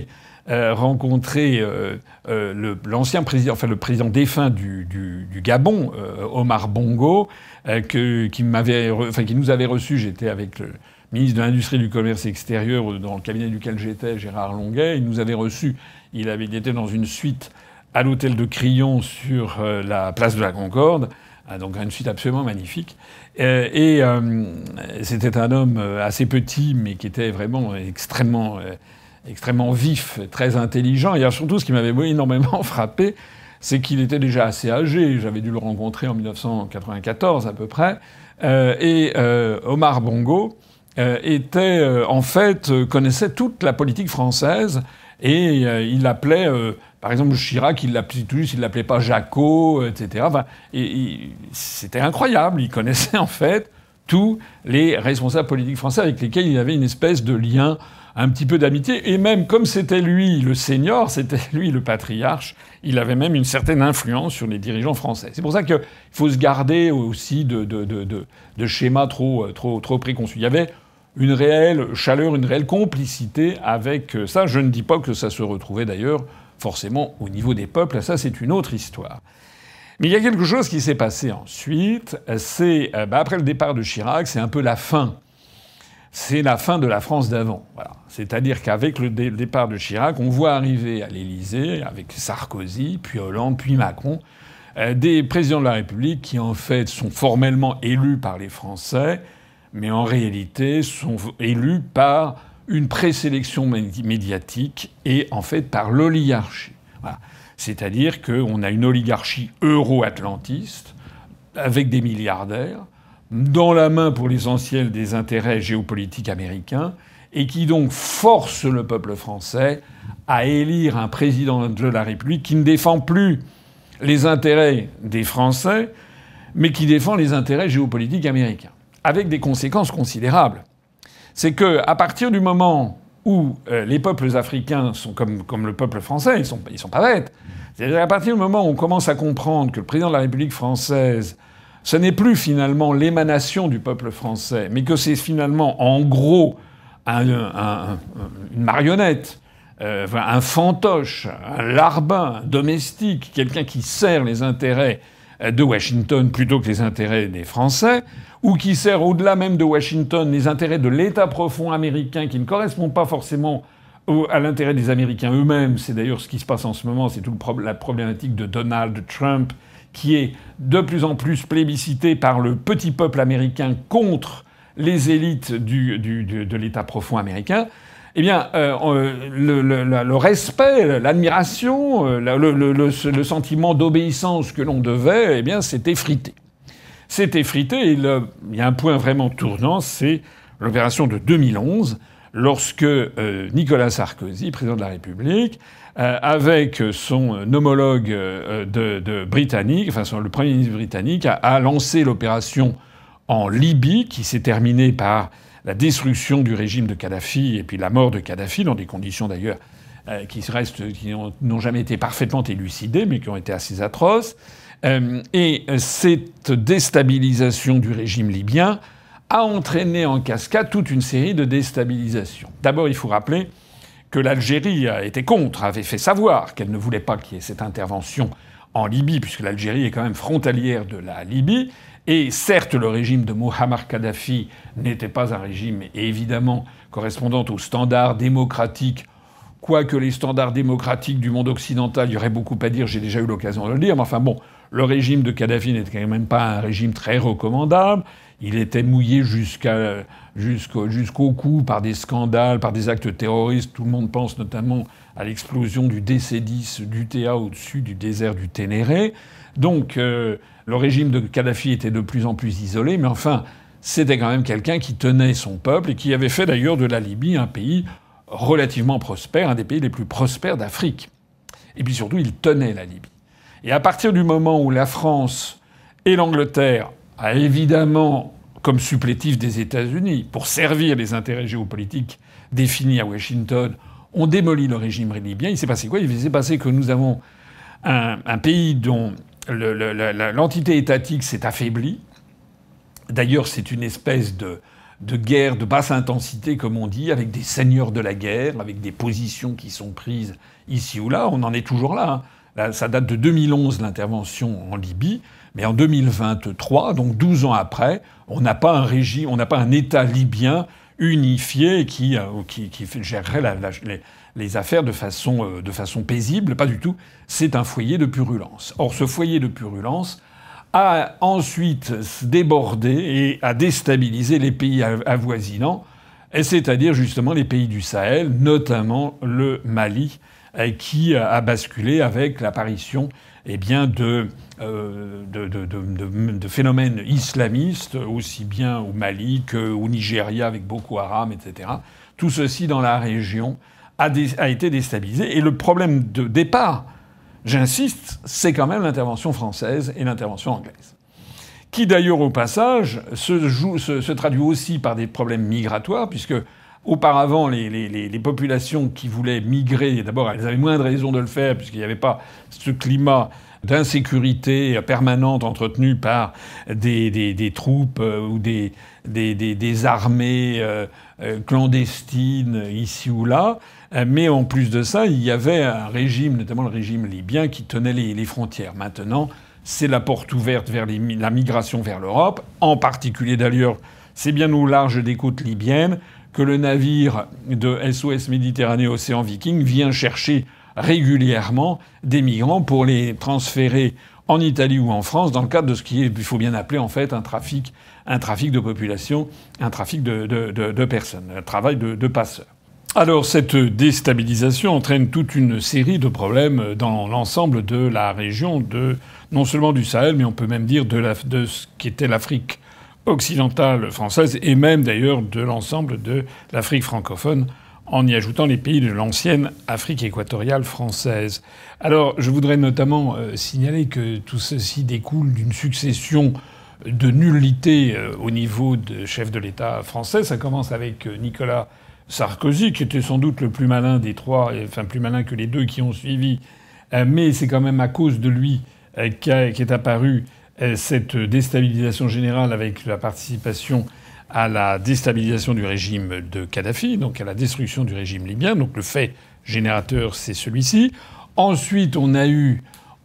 rencontré l'ancien président, enfin le président défunt du Gabon, Omar Bongo, qui nous avait reçus. J'étais avec le ministre de l'Industrie et du Commerce extérieur dans le cabinet duquel j'étais, Gérard Longuet. Il nous avait reçus. Il était dans une suite à l'hôtel de Crillon sur la place de la Concorde. Donc une suite absolument magnifique. C'était un homme assez petit, mais qui était vraiment extrêmement vif, très intelligent. Et surtout, ce qui m'avait énormément frappé, c'est qu'il était déjà assez âgé. J'avais dû le rencontrer en 1994 à peu près. Omar Bongo connaissait toute la politique française. Et il appelait, par exemple, Chirac, il l'appelait pas Jaco, etc. Enfin, c'était incroyable. Il connaissait en fait tous les responsables politiques français avec lesquels il avait une espèce de lien, un petit peu d'amitié. Et même comme c'était lui le senior, c'était lui le patriarche, il avait même une certaine influence sur les dirigeants français. C'est pour ça qu'il faut se garder aussi de schémas trop préconçus. Il y avait une réelle chaleur, une réelle complicité avec ça. Je ne dis pas que ça se retrouvait d'ailleurs forcément au niveau des peuples. Ça, c'est une autre histoire. Mais il y a quelque chose qui s'est passé ensuite. C'est après le départ de Chirac, c'est un peu la fin. C'est la fin de la France d'avant. Voilà. C'est-à-dire qu'avec le départ de Chirac, on voit arriver à l'Élysée, avec Sarkozy, puis Hollande, puis Macron, des présidents de la République qui en fait sont formellement élus par les Français, mais en réalité sont élus par une présélection médiatique et en fait par l'oligarchie. Voilà. C'est-à-dire qu'on a une oligarchie euro-atlantiste avec des milliardaires dans la main pour l'essentiel des intérêts géopolitiques américains et qui donc force le peuple français à élire un président de la République qui ne défend plus les intérêts des Français mais qui défend les intérêts géopolitiques américains. Avec des conséquences considérables. C'est que à partir du moment où les peuples africains sont comme le peuple français, ils sont pas bêtes. C'est-à-dire à partir du moment où on commence à comprendre que le président de la République française, ce n'est plus finalement l'émanation du peuple français, mais que c'est finalement en gros une marionnette, un fantoche, un larbin, un domestique, quelqu'un qui sert les intérêts de Washington plutôt que les intérêts des Français, ou qui sert au-delà même de Washington les intérêts de l'État profond américain qui ne correspond pas forcément à l'intérêt des Américains eux-mêmes. C'est d'ailleurs ce qui se passe en ce moment, c'est toute la problématique de Donald Trump qui est de plus en plus plébiscité par le petit peuple américain contre les élites de l'État profond américain. Eh bien, le respect, l'admiration, le sentiment d'obéissance que l'on devait, eh bien, s'est effrité. C'est effrité, et il y a un point vraiment tournant, c'est l'opération de 2011, lorsque Nicolas Sarkozy, président de la République, avec son homologue britannique, enfin le Premier ministre britannique, a lancé l'opération en Libye, qui s'est terminée par la destruction du régime de Kadhafi et puis la mort de Kadhafi, dans des conditions d'ailleurs qui n'ont jamais été parfaitement élucidées, mais qui ont été assez atroces. Et cette déstabilisation du régime libyen a entraîné en cascade toute une série de déstabilisations. D'abord, il faut rappeler que l'Algérie était contre, avait fait savoir qu'elle ne voulait pas qu'il y ait cette intervention en Libye, puisque l'Algérie est quand même frontalière de la Libye. Et certes, le régime de Mouammar Kadhafi n'était pas un régime évidemment correspondant aux standards démocratiques, quoique les standards démocratiques du monde occidental, il y aurait beaucoup à dire, j'ai déjà eu l'occasion de le dire, mais enfin bon, le régime de Kadhafi n'était quand même pas un régime très recommandable. Il était mouillé jusqu'au cou par des scandales, par des actes terroristes. Tout le monde pense notamment à l'explosion du DC-10 d'UTA au-dessus du désert du Ténéré. Donc le régime de Kadhafi était de plus en plus isolé, mais enfin, c'était quand même quelqu'un qui tenait son peuple et qui avait fait d'ailleurs de la Libye un pays relativement prospère, un des pays les plus prospères d'Afrique. Et puis surtout, il tenait la Libye. Et à partir du moment où la France et l'Angleterre a évidemment, comme supplétif des États-Unis, pour servir les intérêts géopolitiques définis à Washington, ont démoli le régime libyen, il s'est passé quoi? Il s'est passé que nous avons un pays dont l'entité étatique s'est affaiblie. D'ailleurs, c'est une espèce guerre de basse intensité, comme on dit, avec des seigneurs de la guerre, avec des positions qui sont prises ici ou là. On en est toujours là, hein. Là, ça date de 2011, l'intervention en Libye. Mais en 2023, donc 12 ans après, on n'a pas un régime, on n'a pas un État libyen unifié qui gérerait les affaires de façon paisible. Pas du tout. C'est un foyer de purulence. Or, ce foyer de purulence a ensuite débordé et a déstabilisé les pays avoisinants, et c'est-à-dire justement les pays du Sahel, notamment le Mali, qui a basculé avec l'apparition de phénomènes islamistes, aussi bien au Mali qu'au Nigeria avec Boko Haram, etc. Tout ceci dans la région a été déstabilisé. Et le problème de départ, j'insiste, c'est quand même l'intervention française et l'intervention anglaise. Qui d'ailleurs, au passage, se traduit aussi par des problèmes migratoires, puisque auparavant, les populations qui voulaient migrer, d'abord, elles avaient moins de raisons de le faire, puisqu'il n'y avait pas ce climat d'insécurité permanente entretenu par des troupes ou des armées clandestines ici ou là. Mais en plus de ça, il y avait un régime, notamment le régime libyen, qui tenait les frontières. Maintenant, c'est la porte ouverte vers la migration vers l'Europe. En particulier, d'ailleurs, c'est bien au large des côtes libyennes que le navire de SOS Méditerranée Océan Viking vient chercher régulièrement des migrants pour les transférer en Italie ou en France dans le cadre de ce qui est, il faut bien appeler en fait un trafic de population, un trafic de personnes, un travail de passeurs. Alors cette déstabilisation entraîne toute une série de problèmes dans l'ensemble de la région, non seulement du Sahel, mais on peut même dire de ce qui était l'Afrique occidentale française et même d'ailleurs de l'ensemble de l'Afrique francophone, en y ajoutant les pays de l'ancienne Afrique équatoriale française. Alors, je voudrais notamment signaler que tout ceci découle d'une succession de nullités au niveau de chef de l'État français. Ça commence avec Nicolas Sarkozy, qui était sans doute le plus malin des trois, enfin plus malin que les deux qui ont suivi, mais c'est quand même à cause de lui qu'est apparue cette déstabilisation générale avec la participation à la déstabilisation du régime de Kadhafi, donc à la destruction du régime libyen. Donc le fait générateur, c'est celui-ci. Ensuite, on a eu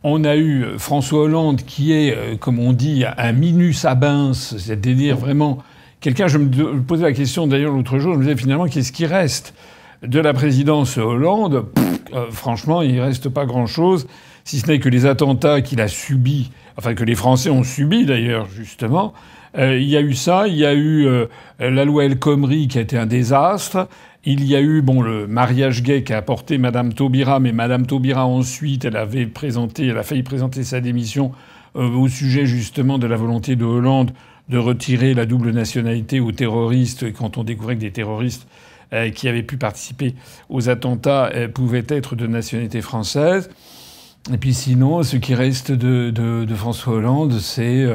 François Hollande qui est, comme on dit, un minus abens, c'est-à-dire vraiment quelqu'un... Je me posais la question d'ailleurs l'autre jour, je me disais finalement qu'est-ce qui reste de la présidence Hollande? Franchement, il reste pas grand-chose, si ce n'est que les attentats qu'il a subis, enfin que les Français ont subis d'ailleurs, justement. Il y a eu ça, il y a eu la loi El Khomri qui a été un désastre. Il y a eu le mariage gay qui a apporté Madame Taubira, mais Madame Taubira ensuite, elle a failli présenter sa démission au sujet justement de la volonté de Hollande de retirer la double nationalité aux terroristes quand on découvrait que des terroristes qui avaient pu participer aux attentats pouvaient être de nationalité française. Et puis sinon, ce qui reste de François Hollande, c'est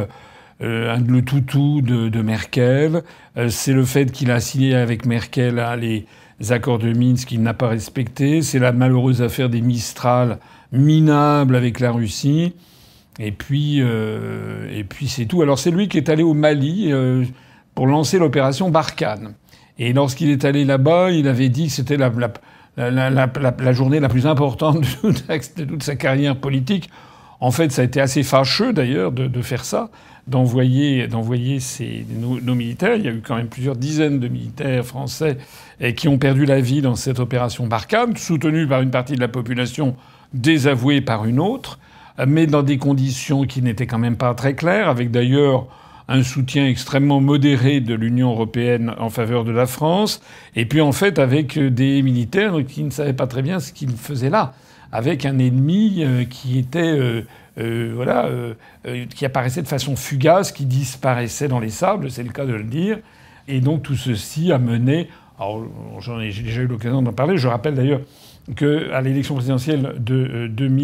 le toutou de Merkel. C'est le fait qu'il a signé avec Merkel les accords de Minsk qu'il n'a pas respectés. C'est la malheureuse affaire des Mistral minables avec la Russie. Et puis c'est tout. Alors c'est lui qui est allé au Mali pour lancer l'opération Barkhane. Et lorsqu'il est allé là-bas, il avait dit que c'était la journée la plus importante de toute sa carrière politique. En fait, ça a été assez fâcheux d'ailleurs de faire ça, d'envoyer nos militaires. Il y a eu quand même plusieurs dizaines de militaires français qui ont perdu la vie dans cette opération Barkhane, soutenue par une partie de la population, désavouée par une autre, mais dans des conditions qui n'étaient quand même pas très claires, avec d'ailleurs un soutien extrêmement modéré de l'Union européenne en faveur de la France, et puis en fait avec des militaires qui ne savaient pas très bien ce qu'ils faisaient là, avec un ennemi qui était qui apparaissait de façon fugace, qui disparaissait dans les sables, c'est le cas de le dire, et donc tout ceci a mené... Alors j'ai déjà eu l'occasion d'en parler. Je rappelle d'ailleurs qu'à l'élection présidentielle de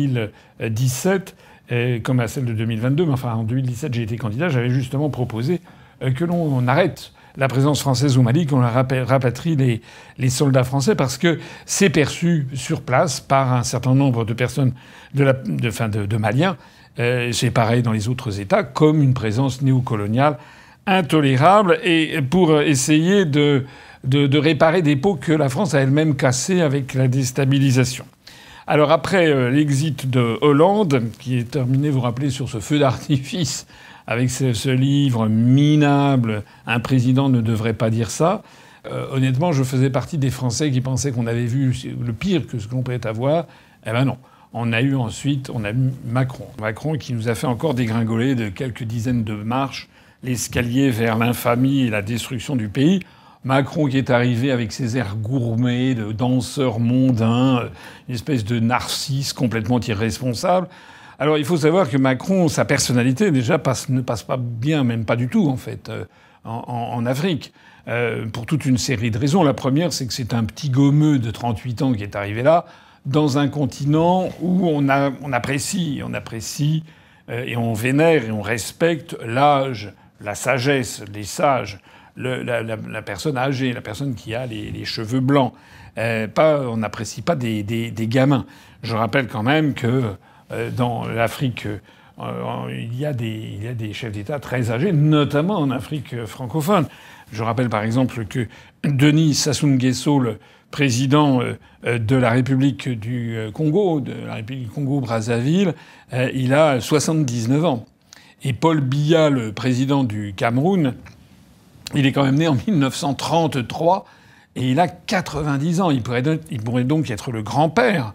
2017, comme à celle de 2022, mais enfin en 2017 j'ai été candidat, j'avais justement proposé que l'on arrête la présence française au Mali, qu'on rapatrie les soldats français, parce que c'est perçu sur place par un certain nombre de personnes de Maliens, c'est pareil dans les autres États, comme une présence néocoloniale intolérable, et pour essayer de réparer des pots que la France a elle-même cassés avec la déstabilisation. Alors après l'exit de Hollande, qui est terminé, vous vous rappelez, sur ce feu d'artifice, avec ce livre minable « Un président ne devrait pas dire ça », honnêtement, je faisais partie des Français qui pensaient qu'on avait vu le pire que ce que l'on pouvait avoir. Eh ben non. On a eu Macron. Macron qui nous a fait encore dégringoler de quelques dizaines de marches l'escalier vers l'infamie et la destruction du pays. Macron qui est arrivé avec ses airs gourmets de danseur mondain, une espèce de narcisse complètement irresponsable. Alors il faut savoir que Macron, sa personnalité déjà ne passe pas bien, même pas du tout en fait, en Afrique. Pour toute une série de raisons. La première, c'est que c'est un petit gommeux de 38 ans qui est arrivé là, dans un continent où on apprécie et on vénère et on respecte l'âge, la sagesse, les sages, la personne âgée, la personne qui a les cheveux blancs. On n'apprécie pas des gamins. Je rappelle quand même que dans l'Afrique, il y a des chefs d'État très âgés, notamment en Afrique francophone. Je rappelle par exemple que Denis Sassou Nguesso, le président de la République du Congo, de la République du Congo-Brazzaville, il a 79 ans. Et Paul Biya, le président du Cameroun, il est quand même né en 1933 et il a 90 ans. Il pourrait donc être le grand-père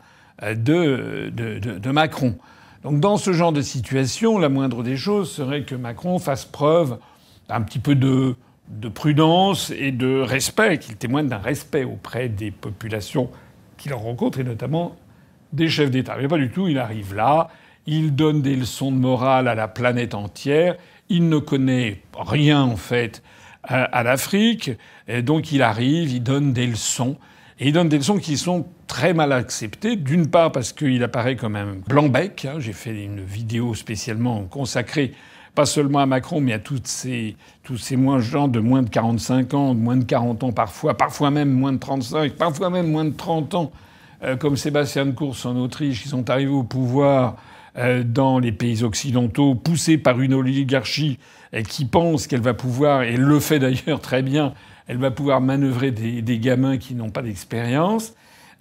de Macron. Donc dans ce genre de situation, la moindre des choses serait que Macron fasse preuve d'un petit peu de prudence et de respect, qu'il témoigne d'un respect auprès des populations qu'il rencontre, et notamment des chefs d'État. Mais pas du tout, il arrive là, il donne des leçons de morale à la planète entière, il ne connaît rien en fait à l'Afrique, et donc il arrive, il donne des leçons, et il donne des leçons qui sont très mal acceptées, d'une part parce qu'il apparaît comme un blanc-bec, j'ai fait une vidéo spécialement consacrée pas seulement à Macron, mais à tous ces gens de moins de 45 ans, de moins de 40 ans parfois même moins de 35, parfois même moins de 30 ans, comme Sébastien Kurz en Autriche, qui sont arrivés au pouvoir dans les pays occidentaux, poussés par une oligarchie qui pense qu'elle va pouvoir, et elle le fait d'ailleurs très bien, elle va pouvoir manœuvrer des gamins qui n'ont pas d'expérience.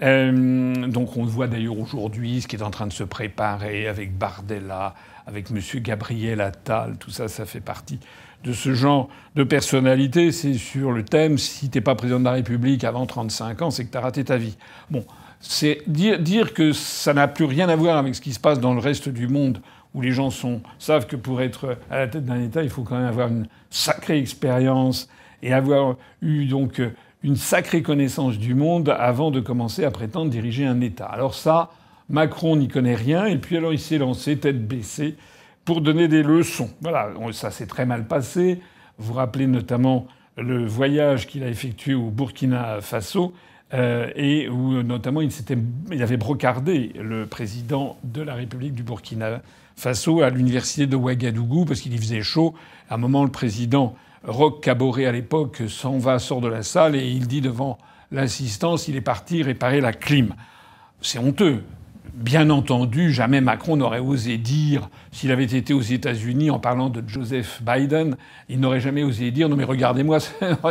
Donc on voit d'ailleurs aujourd'hui ce qui est en train de se préparer avec Bardella, avec M. Gabriel Attal, tout ça, ça fait partie de ce genre de personnalité. C'est sur le thème « Si t'es pas président de la République avant 35 ans, c'est que t'as raté ta vie ». Bon, c'est dire que ça n'a plus rien à voir avec ce qui se passe dans le reste du monde, où les gens savent que pour être à la tête d'un État, il faut quand même avoir une sacrée expérience et avoir eu donc une sacrée connaissance du monde avant de commencer à prétendre diriger un État. Alors ça, Macron n'y connaît rien, et puis alors il s'est lancé tête baissée pour donner des leçons. Voilà, ça s'est très mal passé. Vous vous rappelez notamment le voyage qu'il a effectué au Burkina Faso, et où notamment il avait brocardé le président de la République du Burkina Faso à l'université de Ouagadougou parce qu'il y faisait chaud. À un moment, le président Roch Kaboré, à l'époque, sort de la salle et il dit devant l'assistance, il est parti réparer la clim. C'est honteux. Bien entendu, jamais Macron n'aurait osé dire, s'il avait été aux États-Unis en parlant de Joseph Biden, il n'aurait jamais osé dire « Non mais regardez-moi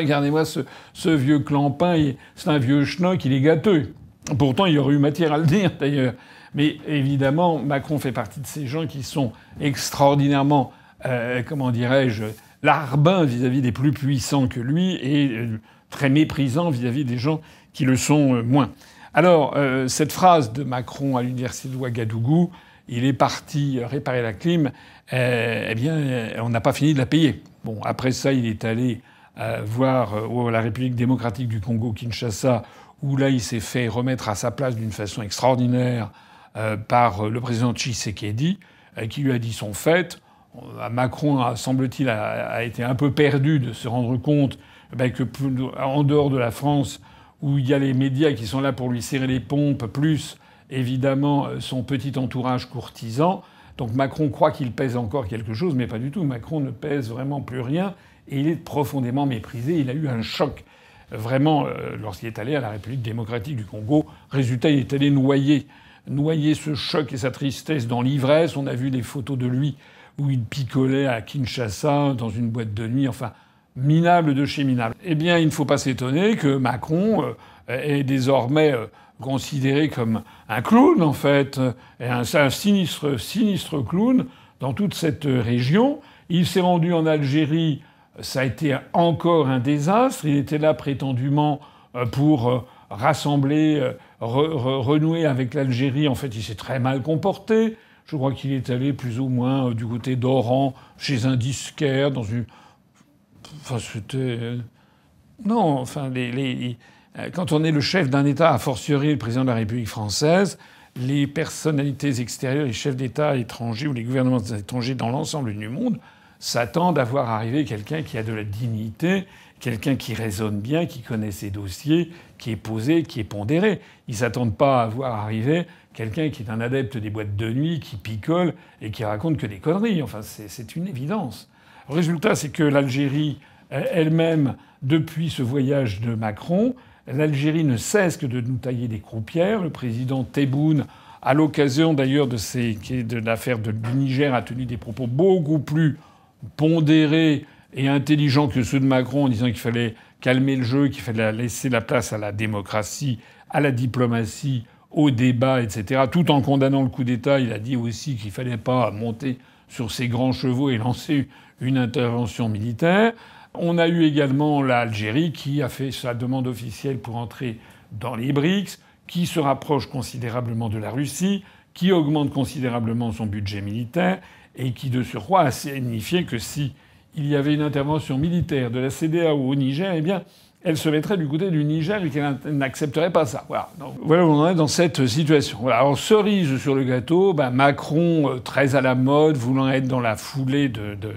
ce vieux clampin, c'est un vieux schnock, il est gâteux ». Pourtant, il y aurait eu matière à le dire d'ailleurs. Mais évidemment, Macron fait partie de ces gens qui sont extraordinairement, comment dirais-je, larbins vis-à-vis des plus puissants que lui et très méprisants vis-à-vis des gens qui le sont moins. Alors, cette phrase de Macron à l'université de Ouagadougou, il est parti réparer la clim, eh bien, on n'a pas fini de la payer. Bon, après ça, il est allé voir la République démocratique du Congo, Kinshasa, où là, il s'est fait remettre à sa place d'une façon extraordinaire par le président Tshisekedi, qui lui a dit son fait. Macron, semble-t-il, a été un peu perdu de se rendre compte que en dehors de la France, où il y a les médias qui sont là pour lui serrer les pompes, plus évidemment son petit entourage courtisan. Donc Macron croit qu'il pèse encore quelque chose, mais pas du tout. Macron ne pèse vraiment plus rien et il est profondément méprisé. Il a eu un choc, vraiment, lorsqu'il est allé à la République démocratique du Congo. Résultat, il est allé noyer ce choc et sa tristesse dans l'ivresse. On a vu des photos de lui où il picolait à Kinshasa dans une boîte de nuit, enfin, minable de chez minable. Eh bien, il ne faut pas s'étonner que Macron est désormais considéré comme un clown, en fait, et un sinistre clown dans toute cette région. Il s'est rendu en Algérie, ça a été encore un désastre. Il était là prétendument pour rassembler, renouer avec l'Algérie. En fait, il s'est très mal comporté. Je crois qu'il est allé plus ou moins du côté d'Oran, chez un disquaire, dans une... Enfin, c'était... Non, enfin, quand on est le chef d'un État, a fortiori le président de la République française, les personnalités extérieures, les chefs d'État étrangers ou les gouvernements étrangers dans l'ensemble du monde s'attendent à voir arriver quelqu'un qui a de la dignité, quelqu'un qui raisonne bien, qui connaît ses dossiers, qui est posé, qui est pondéré. Ils s'attendent pas à voir arriver quelqu'un qui est un adepte des boîtes de nuit, qui picole et qui raconte que des conneries. Enfin, c'est une évidence. Le résultat, c'est que l'Algérie elle-même, depuis ce voyage de Macron, l'Algérie ne cesse que de nous tailler des croupières. Le président Tebboune, à l'occasion d'ailleurs de l'affaire du Niger, a tenu des propos beaucoup plus pondérés et intelligents que ceux de Macron, en disant qu'il fallait calmer le jeu, qu'il fallait laisser la place à la démocratie, à la diplomatie, au débat, etc. Tout en condamnant le coup d'État, il a dit aussi qu'il fallait pas monter sur ses grands chevaux et lancer une intervention militaire. On a eu également l'Algérie qui a fait sa demande officielle pour entrer dans les BRICS, qui se rapproche considérablement de la Russie, qui augmente considérablement son budget militaire et qui, de surcroît, a signifié que si il y avait une intervention militaire de la CEDEAO au Niger, eh bien, elle se mettrait du côté du Niger et qu'elle n'accepterait pas ça. Voilà. Donc, voilà où on en est dans cette situation. Voilà. Alors, cerise sur le gâteau, Macron, très à la mode, voulant être dans la foulée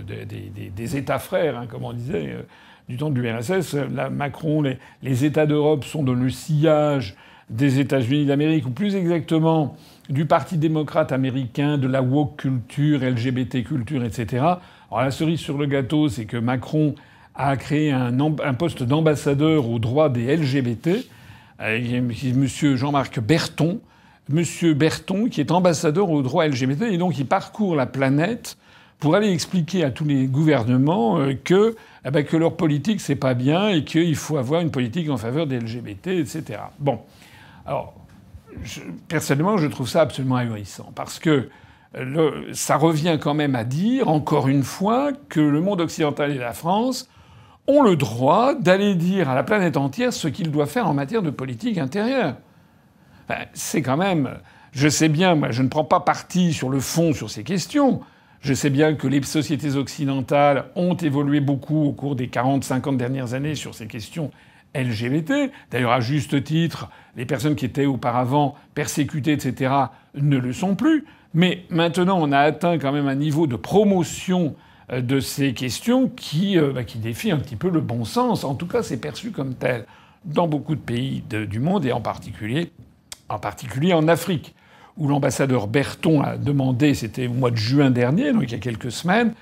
des États frères, hein, comme on disait, du temps de l'URSS. Macron, les États d'Europe sont dans le sillage des États-Unis d'Amérique, ou plus exactement du Parti démocrate américain, de la woke culture, LGBT culture, etc. Alors, la cerise sur le gâteau, c'est que Macron a créé un poste d'ambassadeur aux droits des LGBT. Monsieur Jean-Marc Berton. Monsieur Berton, qui est ambassadeur aux droits LGBT. Et donc, il parcourt la planète pour aller expliquer à tous les gouvernements que leur politique, c'est pas bien et qu'il faut avoir une politique en faveur des LGBT, etc. Bon. Alors, personnellement, je trouve ça absolument ahurissant. Parce que ça revient quand même à dire, encore une fois, que le monde occidental et la France ont le droit d'aller dire à la planète entière ce qu'il doit faire en matière de politique intérieure. C'est quand même... Je sais bien, moi, je ne prends pas parti sur le fond sur ces questions. Je sais bien que les sociétés occidentales ont évolué beaucoup au cours des 40-50 dernières années sur ces questions LGBT. D'ailleurs, à juste titre, les personnes qui étaient auparavant persécutées, etc., ne le sont plus. Mais maintenant, on a atteint quand même un niveau de promotion de ces questions qui défient un petit peu le bon sens. En tout cas, c'est perçu comme tel dans beaucoup de pays du monde, et en particulier en Afrique, où l'ambassadeur Berton a demandé, c'était au mois de juin dernier, donc il y a quelques semaines,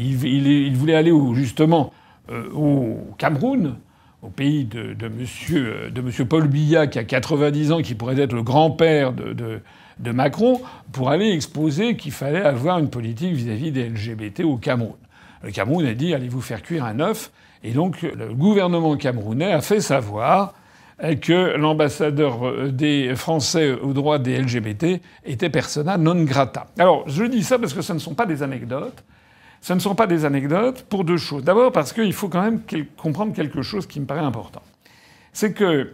il voulait aller justement au Cameroun, au pays de monsieur Paul Biya, qui a 90 ans, qui pourrait être le grand-père de Macron, pour aller exposer qu'il fallait avoir une politique vis-à-vis des LGBT au Cameroun. Le Cameroun a dit « allez vous faire cuire un œuf ». Et donc le gouvernement camerounais a fait savoir que l'ambassadeur des Français aux droits des LGBT était persona non grata. Alors je dis ça parce que ce ne sont pas des anecdotes. Ce ne sont pas des anecdotes pour deux choses. D'abord parce qu'il faut quand même comprendre quelque chose qui me paraît important. C'est que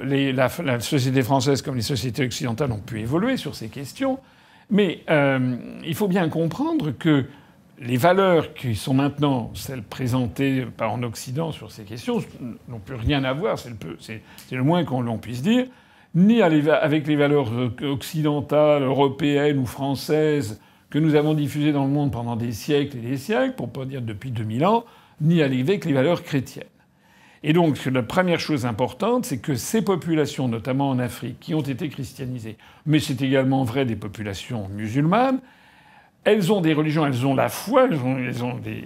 la société française comme les sociétés occidentales ont pu évoluer sur ces questions, mais il faut bien comprendre que les valeurs qui sont maintenant celles présentées en Occident sur ces questions n'ont plus rien à voir, c'est le moins qu'on puisse dire, ni avec les valeurs occidentales, européennes ou françaises que nous avons diffusées dans le monde pendant des siècles et des siècles, pour pas dire depuis 2000 ans, ni avec les valeurs chrétiennes. Et donc, la première chose importante, c'est que ces populations, notamment en Afrique, qui ont été christianisées, mais c'est également vrai des populations musulmanes, elles ont des religions, elles ont la foi, elles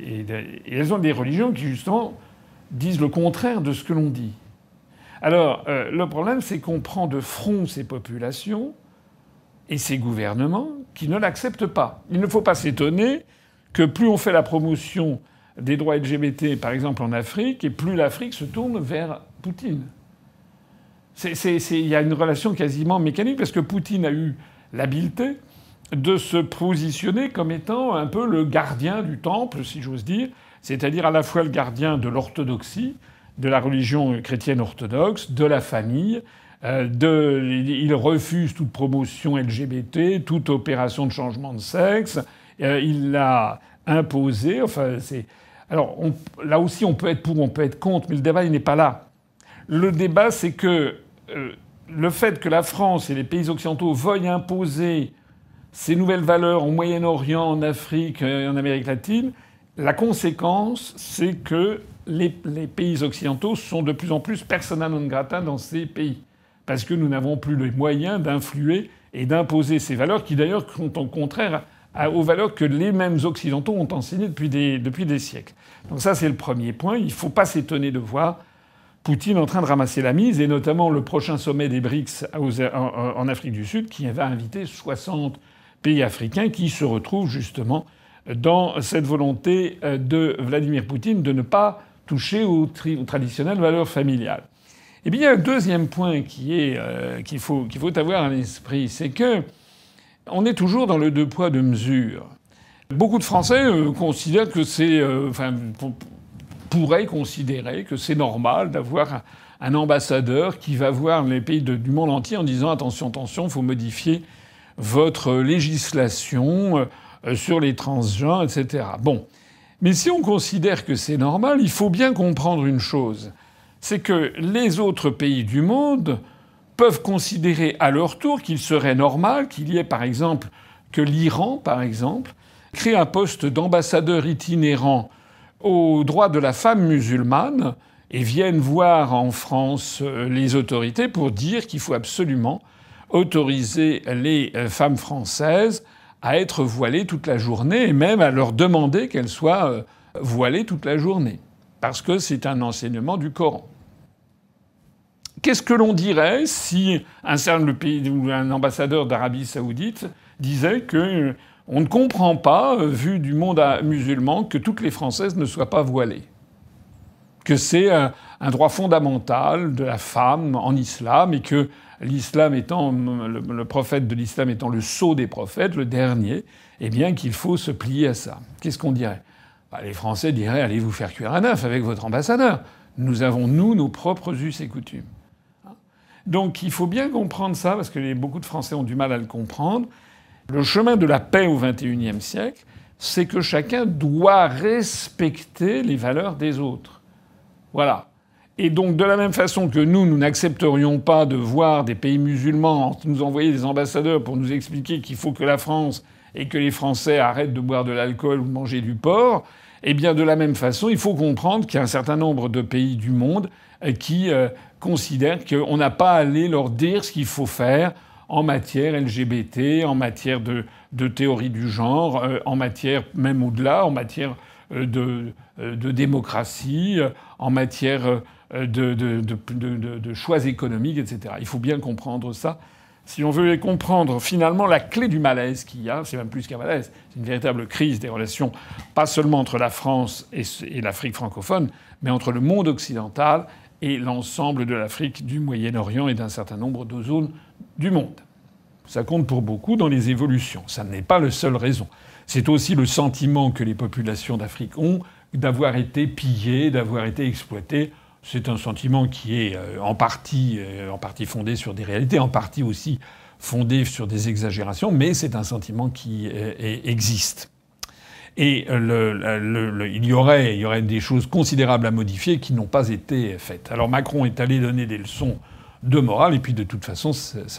ont des religions qui, justement, disent le contraire de ce que l'on dit. Alors, le problème, c'est qu'on prend de front ces populations et ces gouvernements qui ne l'acceptent pas. Il ne faut pas s'étonner que plus on fait la promotion des droits LGBT, par exemple en Afrique, et plus l'Afrique se tourne vers Poutine. Il y a une relation quasiment mécanique, parce que Poutine a eu l'habileté de se positionner comme étant un peu le gardien du temple, si j'ose dire, c'est-à-dire à la fois le gardien de l'orthodoxie, de la religion chrétienne orthodoxe, de la famille. Il refuse toute promotion LGBT, toute opération de changement de sexe. Il l'a imposé. Alors là aussi, on peut être pour, on peut être contre, mais le débat, il n'est pas là. Le débat, c'est que le fait que la France et les pays occidentaux veuillent imposer ces nouvelles valeurs au Moyen-Orient, en Afrique, en Amérique latine, la conséquence, c'est que les pays occidentaux sont de plus en plus persona non grata dans ces pays. Parce que nous n'avons plus les moyens d'influer et d'imposer ces valeurs qui, d'ailleurs, sont au contraire aux valeurs que les mêmes occidentaux ont enseignées depuis des siècles. Donc ça, c'est le premier point. Il ne faut pas s'étonner de voir Poutine en train de ramasser la mise, et notamment le prochain sommet des BRICS en Afrique du Sud, qui va inviter 60 pays africains qui se retrouvent justement dans cette volonté de Vladimir Poutine de ne pas toucher aux traditionnelles valeurs familiales. Et bien, il y a un deuxième point qu'il faut avoir à l'esprit, c'est que on est toujours dans le deux poids deux mesures. Beaucoup de Français considèrent que pourraient considérer que c'est normal d'avoir un ambassadeur qui va voir les pays du monde entier en disant attention, attention, il faut modifier votre législation sur les transgenres, etc. Bon. Mais si on considère que c'est normal, il faut bien comprendre une chose. C'est que les autres pays du monde peuvent considérer à leur tour qu'il serait normal qu'il y ait, par exemple, que l'Iran, par exemple, crée un poste d'ambassadeur itinérant aux droits de la femme musulmane et vienne voir en France les autorités pour dire qu'il faut absolument autoriser les femmes françaises à être voilées toute la journée et même à leur demander qu'elles soient voilées toute la journée. Parce que c'est un enseignement du Coran. Qu'est-ce que l'on dirait si un ambassadeur d'Arabie Saoudite disait que on ne comprend pas, vu du monde musulman, que toutes les Françaises ne soient pas voilées, que c'est un droit fondamental de la femme en islam et que l'islam étant le prophète de l'islam étant le sceau des prophètes, le dernier, eh bien qu'il faut se plier à ça. Qu'est-ce qu'on dirait ? Les Français diraient allez vous faire cuire un œuf avec votre ambassadeur. Nous avons nos propres us et coutumes. Donc il faut bien comprendre ça parce que beaucoup de Français ont du mal à le comprendre. Le chemin de la paix au XXIe siècle, c'est que chacun doit respecter les valeurs des autres. Voilà. Et donc, de la même façon que nous n'accepterions pas de voir des pays musulmans nous envoyer des ambassadeurs pour nous expliquer qu'il faut que la France et que les Français arrêtent de boire de l'alcool ou de manger du porc, eh bien, de la même façon, il faut comprendre qu'il y a un certain nombre de pays du monde qui considèrent qu'on n'a pas à aller leur dire ce qu'il faut faire en matière LGBT, en matière de théorie du genre, en matière même au-delà, en matière de démocratie, en matière de choix économiques, etc. Il faut bien comprendre ça. Si on veut comprendre finalement la clé du malaise qu'il y a, c'est même plus qu'un malaise, c'est une véritable crise des relations, pas seulement entre la France et l'Afrique francophone, mais entre le monde occidental et l'ensemble de l'Afrique, du Moyen-Orient et d'un certain nombre de zones du monde. Ça compte pour beaucoup dans les évolutions. Ça n'est pas la seule raison. C'est aussi le sentiment que les populations d'Afrique ont d'avoir été pillées, d'avoir été exploitées. C'est un sentiment qui est en partie fondé sur des réalités, en partie aussi fondé sur des exagérations, mais c'est un sentiment qui existe. Et il y aurait des choses considérables à modifier qui n'ont pas été faites. Alors Macron est allé donner des leçons de morale, et puis de toute façon,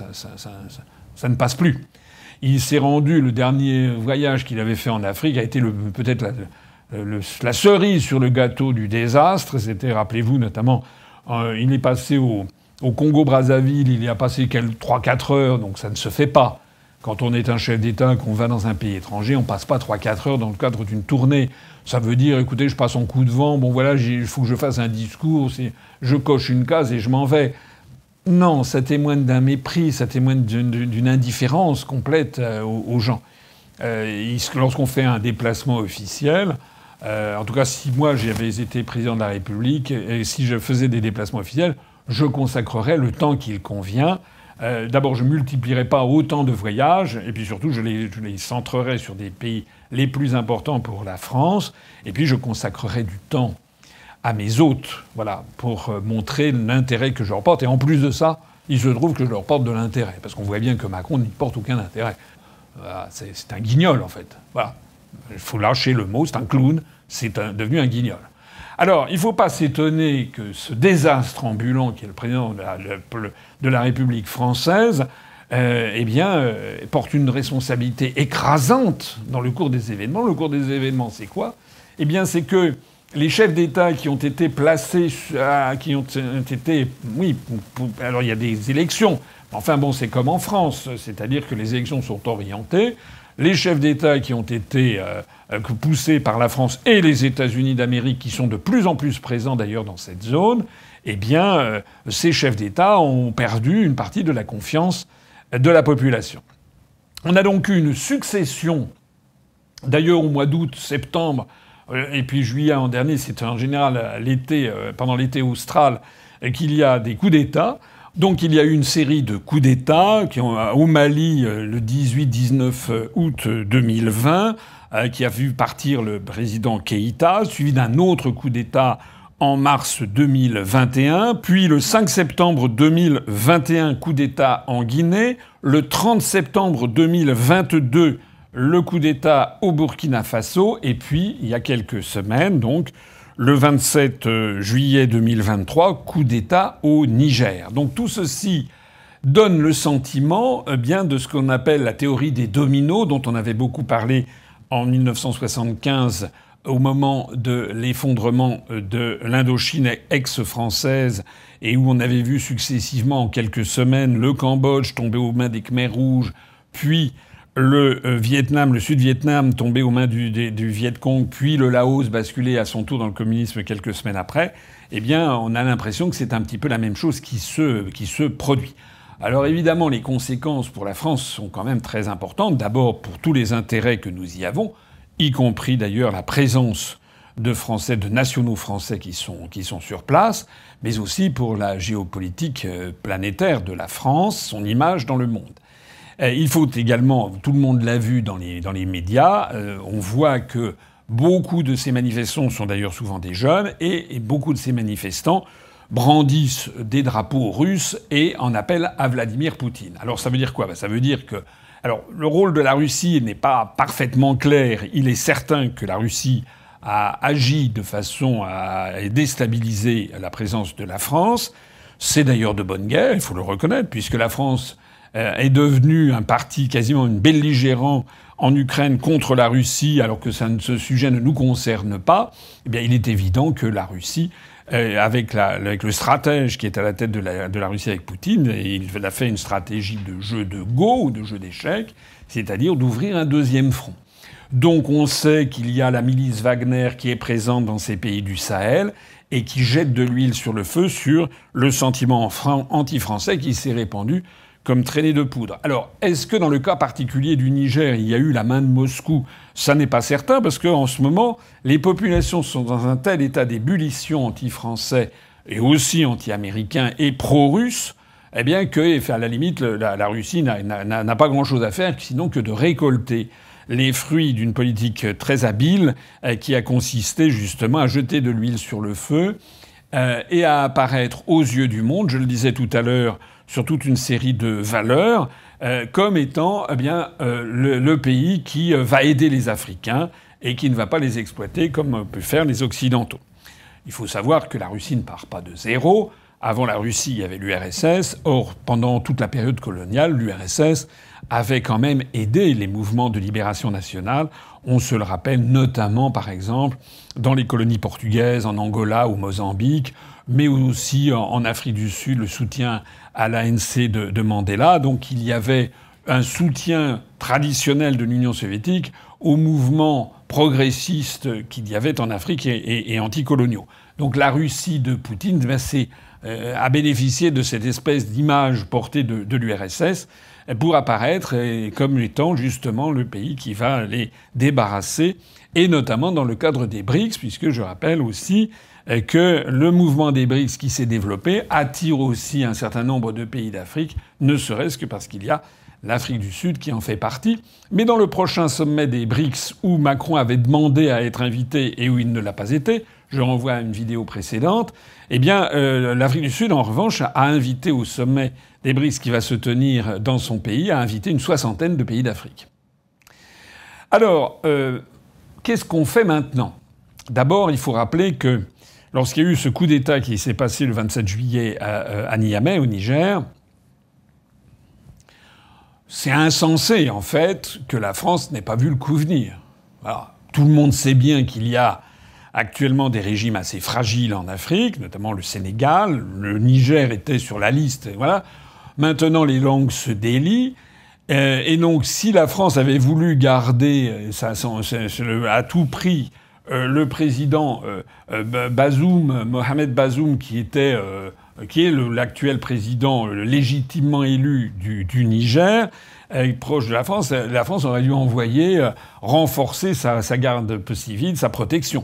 ça ne passe plus. Il s'est rendu, le dernier voyage qu'il avait fait en Afrique a été peut-être la cerise sur le gâteau du désastre. C'était, rappelez-vous, notamment, il est passé au Congo-Brazzaville, il y a passé 3-4 heures, donc ça ne se fait pas. Quand on est un chef d'État, qu'on va dans un pays étranger, on passe pas 3-4 heures dans le cadre d'une tournée. Ça veut dire, écoutez, je passe en coup de vent, bon voilà, il faut que je fasse un discours, je coche une case et je m'en vais. Non, ça témoigne d'un mépris, ça témoigne d'une indifférence complète aux gens. lorsqu'on fait un déplacement officiel, en tout cas si moi j'avais été président de la République et si je faisais des déplacements officiels, je consacrerais le temps qu'il convient. D'abord, je multiplierais pas autant de voyages, et puis surtout, je les centrerais sur des pays les plus importants pour la France, et puis je consacrerais du temps à mes hôtes, voilà, pour montrer l'intérêt que je leur porte. Et en plus de ça, il se trouve que je leur porte de l'intérêt, parce qu'on voit bien que Macron n'y porte aucun intérêt. C'est un guignol, en fait. Voilà. Il faut lâcher le mot, c'est un clown, devenu un guignol. Alors, il ne faut pas s'étonner que ce désastre ambulant qui est le président de la République française, porte une responsabilité écrasante dans le cours des événements. Le cours des événements, c'est quoi ? Eh bien, c'est que les chefs d'État qui ont été placés, alors il y a des élections. Enfin bon, c'est comme en France, c'est-à-dire que les élections sont orientées. Les chefs d'État qui ont été poussés par la France et les États-Unis d'Amérique, qui sont de plus en plus présents d'ailleurs dans cette zone, ces chefs d'État ont perdu une partie de la confiance de la population. On a donc eu une succession, d'ailleurs au mois d'août, septembre, et puis juillet en dernier, c'est en général l'été, pendant l'été austral, qu'il y a des coups d'État. Donc il y a eu une série de coups d'État au Mali le 18-19 août 2020, qui a vu partir le président Keïta, suivi d'un autre coup d'État en mars 2021, puis le 5 septembre 2021, coup d'État en Guinée, le 30 septembre 2022, le coup d'État au Burkina Faso, et puis il y a quelques semaines, donc, le 27 juillet 2023, coup d'État au Niger. Donc tout ceci donne le sentiment de ce qu'on appelle la théorie des dominos, dont on avait beaucoup parlé en 1975 au moment de l'effondrement de l'Indochine ex-française et où on avait vu successivement en quelques semaines le Cambodge tomber aux mains des Khmers rouges, puis le Sud-Vietnam tomber aux mains du Viet Cong, puis le Laos basculer à son tour dans le communisme quelques semaines après, on a l'impression que c'est un petit peu la même chose qui se produit. Alors évidemment, les conséquences pour la France sont quand même très importantes. D'abord pour tous les intérêts que nous y avons, y compris d'ailleurs la présence de Français, de nationaux français qui sont sur place, mais aussi pour la géopolitique planétaire de la France, son image dans le monde. Il faut également, tout le monde l'a vu dans les médias, on voit que beaucoup de ces manifestants sont d'ailleurs souvent des jeunes, et beaucoup de ces manifestants brandissent des drapeaux russes et en appellent à Vladimir Poutine. Alors ça veut dire quoi ? Ça veut dire que le rôle de la Russie n'est pas parfaitement clair. Il est certain que la Russie a agi de façon à déstabiliser la présence de la France. C'est d'ailleurs de bonne guerre, il faut le reconnaître, puisque la France est devenue un parti quasiment belligérant en Ukraine contre la Russie, alors que ce sujet ne nous concerne pas. Il est évident que la Russie, avec le stratège qui est à la tête de la Russie avec Poutine, il a fait une stratégie de jeu de go ou de jeu d'échecs, c'est-à-dire d'ouvrir un deuxième front. Donc on sait qu'il y a la milice Wagner qui est présente dans ces pays du Sahel et qui jette de l'huile sur le feu sur le sentiment anti-français qui s'est répandu comme traînée de poudre. Alors, est-ce que dans le cas particulier du Niger, il y a eu la main de Moscou ? Ça n'est pas certain, parce qu'en ce moment, les populations sont dans un tel état d'ébullition anti-français et aussi anti-américain et pro-russe, que, à la limite, la Russie n'a pas grand-chose à faire, sinon que de récolter les fruits d'une politique très habile qui a consisté justement à jeter de l'huile sur le feu et à apparaître aux yeux du monde, je le disais tout à l'heure, sur toute une série de valeurs, comme étant le pays qui va aider les Africains et qui ne va pas les exploiter comme peuvent faire les Occidentaux. Il faut savoir que la Russie ne part pas de zéro. Avant la Russie, il y avait l'URSS. Or, pendant toute la période coloniale, l'URSS avait quand même aidé les mouvements de libération nationale. On se le rappelle notamment, par exemple, dans les colonies portugaises, en Angola ou Mozambique, mais aussi en Afrique du Sud, le soutien à l'ANC de Mandela. Donc il y avait un soutien traditionnel de l'Union soviétique aux mouvements progressistes qu'il y avait en Afrique et anticoloniaux. Donc la Russie de Poutine a bénéficié de cette espèce d'image portée de l'URSS pour apparaître comme étant justement le pays qui va les débarrasser, et notamment dans le cadre des BRICS, puisque je rappelle aussi que le mouvement des BRICS qui s'est développé attire aussi un certain nombre de pays d'Afrique, ne serait-ce que parce qu'il y a l'Afrique du Sud qui en fait partie. Mais dans le prochain sommet des BRICS, où Macron avait demandé à être invité et où il ne l'a pas été, je renvoie à une vidéo précédente, eh bien l'Afrique du Sud, en revanche, a invité au sommet des BRICS qui va se tenir dans son pays, a invité une 60aine de pays d'Afrique. Alors, qu'est-ce qu'on fait maintenant ? D'abord, il faut rappeler que lorsqu'il y a eu ce coup d'État qui s'est passé le 27 juillet à Niamey, au Niger, c'est insensé, en fait, que la France n'ait pas vu le coup venir. Alors, tout le monde sait bien qu'il y a actuellement des régimes assez fragiles en Afrique, notamment le Sénégal. Le Niger était sur la liste, et voilà. Maintenant, les langues se délient. Et donc, si la France avait voulu garder à tout prix le président Bazoum, Mohamed Bazoum, qui est l'actuel président légitimement élu du Niger, proche de la France aurait dû envoyer renforcer sa garde civile, sa protection.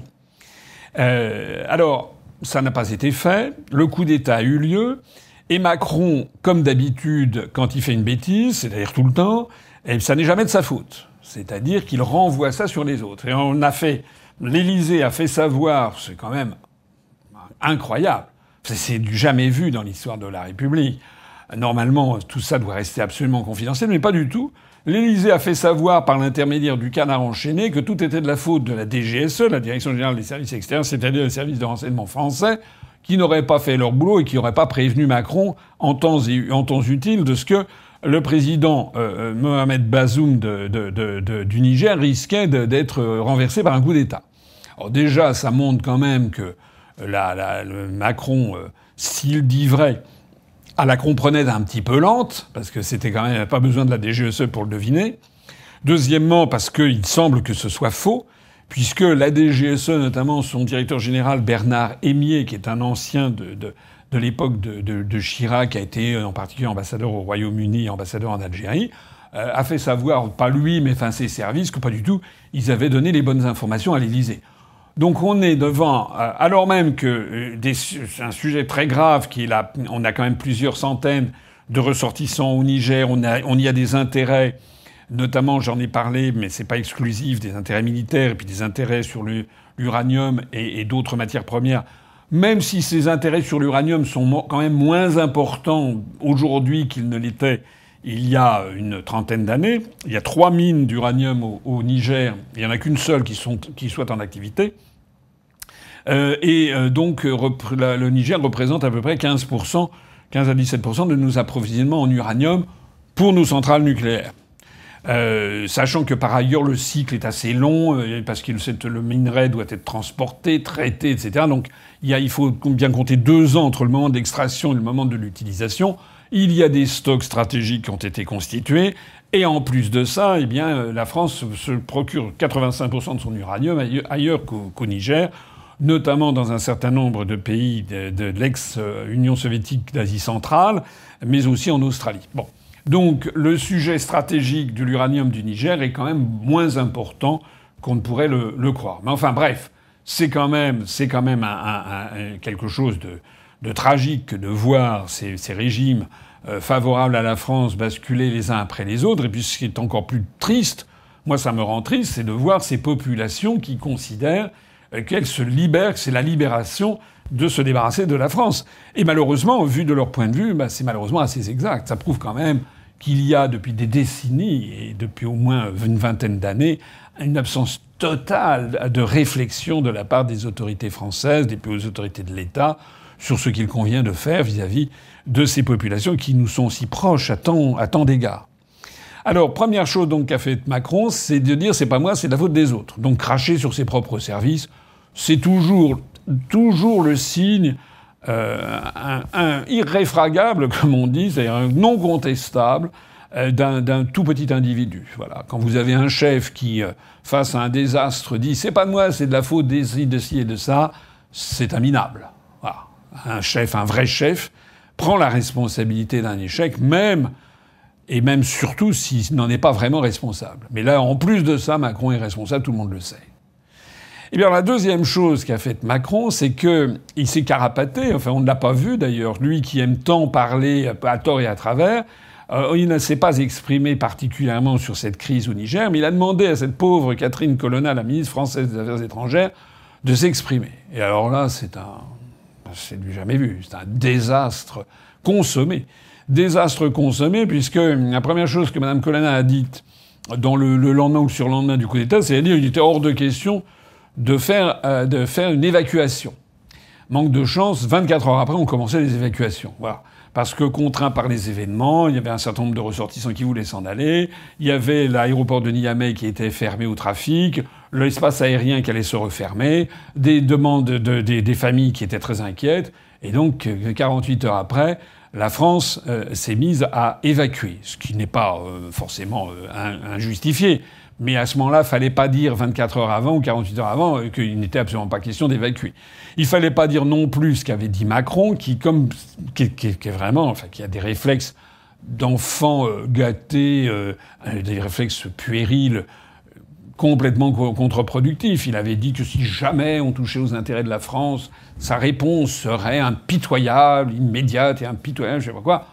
Alors, ça n'a pas été fait. Le coup d'État a eu lieu. Et Macron, comme d'habitude, quand il fait une bêtise, c'est-à-dire tout le temps, ça n'est jamais de sa faute. C'est-à-dire qu'il renvoie ça sur les autres. Et l'Élysée a fait savoir, c'est quand même incroyable, c'est du jamais vu dans l'histoire de la République. Normalement, tout ça doit rester absolument confidentiel, mais pas du tout. L'Élysée a fait savoir par l'intermédiaire du Canard enchaîné que tout était de la faute de la DGSE, la Direction générale des services extérieurs, c'est-à-dire les services de renseignement français, qui n'auraient pas fait leur boulot et qui n'auraient pas prévenu Macron en temps utile de ce que le président Mohamed Bazoum du Niger risquait d'être renversé par un coup d'État. Alors déjà, ça montre quand même que le Macron, s'il dit vrai, la comprenait un petit peu lente, parce que c'était quand même pas besoin de la DGSE pour le deviner. Deuxièmement, parce qu'il semble que ce soit faux, puisque la DGSE, notamment son directeur général Bernard Hémier, qui est un ancien de l'époque de Chirac, qui a été en particulier ambassadeur au Royaume-Uni et ambassadeur en Algérie, a fait savoir, pas lui, mais ses services, que pas du tout, ils avaient donné les bonnes informations à l'Élysée. Donc on est devant, alors même que c'est un sujet très grave, on a quand même plusieurs centaines de ressortissants au Niger, on y a des intérêts. Notamment, j'en ai parlé, mais c'est pas exclusif, des intérêts militaires et puis des intérêts sur l'uranium et d'autres matières premières. Même si ces intérêts sur l'uranium sont quand même moins importants aujourd'hui qu'ils ne l'étaient il y a une trentaine d'années. Il y a 3 mines d'uranium au Niger. Il y en a qu'une seule qui soit en activité. Donc, le Niger représente à peu près 15 à 17% de nos approvisionnements en uranium pour nos centrales nucléaires. Sachant que par ailleurs le cycle est assez long, parce que le minerai doit être transporté, traité, etc. Donc il faut bien compter 2 ans entre le moment d'extraction et le moment de l'utilisation. Il y a des stocks stratégiques qui ont été constitués. Et en plus de ça, la France se procure 85% de son uranium ailleurs qu'au Niger, notamment dans un certain nombre de pays de l'ex-Union soviétique d'Asie centrale, mais aussi en Australie. Bon. Donc le sujet stratégique de l'uranium du Niger est quand même moins important qu'on ne pourrait le croire. Mais enfin bref, c'est quand même quelque chose de tragique de voir ces régimes favorables à la France basculer les uns après les autres. Et puis ce qui est encore plus triste, moi ça me rend triste, c'est de voir ces populations qui considèrent qu'elles se libèrent, que c'est la libération de se débarrasser de la France. Et malheureusement, vu de leur point de vue, c'est malheureusement assez exact. Ça prouve quand même qu'il y a depuis des décennies, et depuis au moins une vingtaine d'années, une absence totale de réflexion de la part des autorités françaises, des plus hautes autorités de l'État, sur ce qu'il convient de faire vis-à-vis de ces populations qui nous sont si proches à tant d'égards. Alors, première chose donc qu'a fait Macron, c'est de dire c'est pas moi, c'est la faute des autres. Donc cracher sur ses propres services, c'est toujours le signe irréfragable, comme on dit, c'est-à-dire non contestable d'un tout petit individu. Voilà. Quand vous avez un chef qui, face à un désastre, dit « c'est pas de moi, c'est de la faute de ci et de ça », c'est un minable. Voilà. Un vrai chef, prend la responsabilité d'un échec, même et même surtout s'il n'en est pas vraiment responsable. Mais là, en plus de ça, Macron est responsable, tout le monde le sait. Eh bien, la deuxième chose qu'a faite Macron, c'est qu'il s'est carapaté, enfin on ne l'a pas vu d'ailleurs, lui qui aime tant parler à tort et à travers, il ne s'est pas exprimé particulièrement sur cette crise au Niger, mais il a demandé à cette pauvre Catherine Colonna, la ministre française des Affaires étrangères, de s'exprimer. Et alors là, c'est du jamais vu, c'est un désastre consommé. Désastre consommé, puisque la première chose que Mme Colonna a dite dans le lendemain ou le surlendemain du coup d'État, c'est qu'il était hors de question de faire une évacuation. Manque de chance, 24 heures après, on commençait les évacuations. Voilà. Parce que contraint par les événements, il y avait un certain nombre de ressortissants qui voulaient s'en aller, il y avait l'aéroport de Niamey qui était fermé au trafic, l'espace aérien qui allait se refermer, des demandes des familles qui étaient très inquiètes, et donc 48 heures après, la France s'est mise à évacuer, ce qui n'est pas forcément injustifié. Mais à ce moment-là, fallait pas dire 24 heures avant ou 48 heures avant qu'il n'était absolument pas question d'évacuer. Il fallait pas dire non plus ce qu'avait dit Macron, qui est vraiment, enfin, qui a des réflexes d'enfant gâté, des réflexes puérils, complètement contre-productifs. Il avait dit que si jamais on touchait aux intérêts de la France, sa réponse serait impitoyable, immédiate et impitoyable, je sais pas quoi.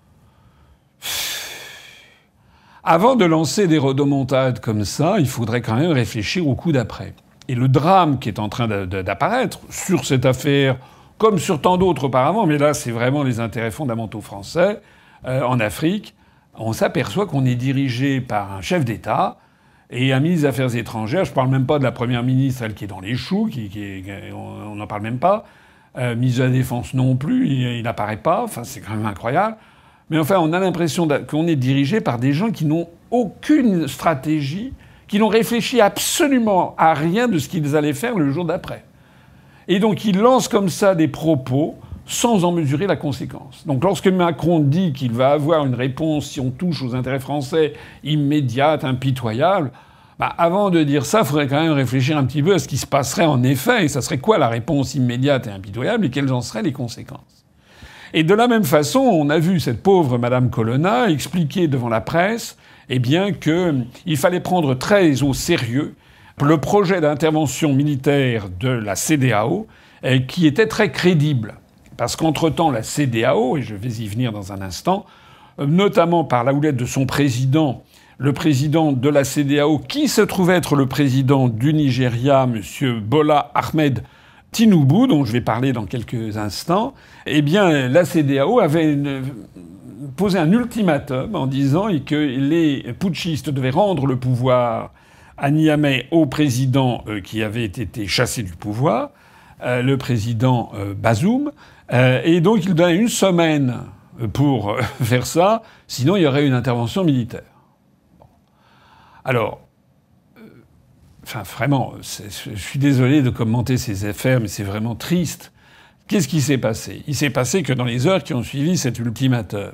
Avant de lancer des rodomontades comme ça, il faudrait quand même réfléchir au coup d'après. Et le drame qui est en train d'apparaître sur cette affaire, comme sur tant d'autres auparavant, mais là c'est vraiment les intérêts fondamentaux français, en Afrique, on s'aperçoit qu'on est dirigé par un chef d'État et un ministre des Affaires étrangères. Je parle même pas de la première ministre, elle qui est dans les choux, on n'en parle même pas. Ministre de la Défense non plus, il n'apparaît pas. Enfin, c'est quand même incroyable. Mais enfin, on a l'impression qu'on est dirigé par des gens qui n'ont aucune stratégie, qui n'ont réfléchi absolument à rien de ce qu'ils allaient faire le jour d'après. Et donc, ils lancent comme ça des propos sans en mesurer la conséquence. Donc, lorsque Macron dit qu'il va avoir une réponse, si on touche aux intérêts français, immédiate, impitoyable, avant de dire ça, il faudrait quand même réfléchir un petit peu à ce qui se passerait en effet, et ça serait quoi la réponse immédiate et impitoyable, et quelles en seraient les conséquences. Et de la même façon, on a vu cette pauvre Madame Colonna expliquer devant la presse, eh bien, qu'il fallait prendre très au sérieux le projet d'intervention militaire de la CEDEAO, qui était très crédible. Parce qu'entre-temps, la CEDEAO, et je vais y venir dans un instant, notamment par la houlette de son président, le président de la CEDEAO, qui se trouvait être le président du Nigeria, M. Bola Ahmed Tinubu, dont je vais parler dans quelques instants, eh bien, la CEDEAO avait posé un ultimatum en disant que les putschistes devaient rendre le pouvoir à Niamey au président qui avait été chassé du pouvoir, le président Bazoum, et donc il donnait une semaine pour faire ça, sinon il y aurait une intervention militaire. Bon. Alors, enfin, vraiment, je suis désolé de commenter ces affaires, mais c'est vraiment triste. Qu'est-ce qui s'est passé ? Il s'est passé que dans les heures qui ont suivi cet ultimatum,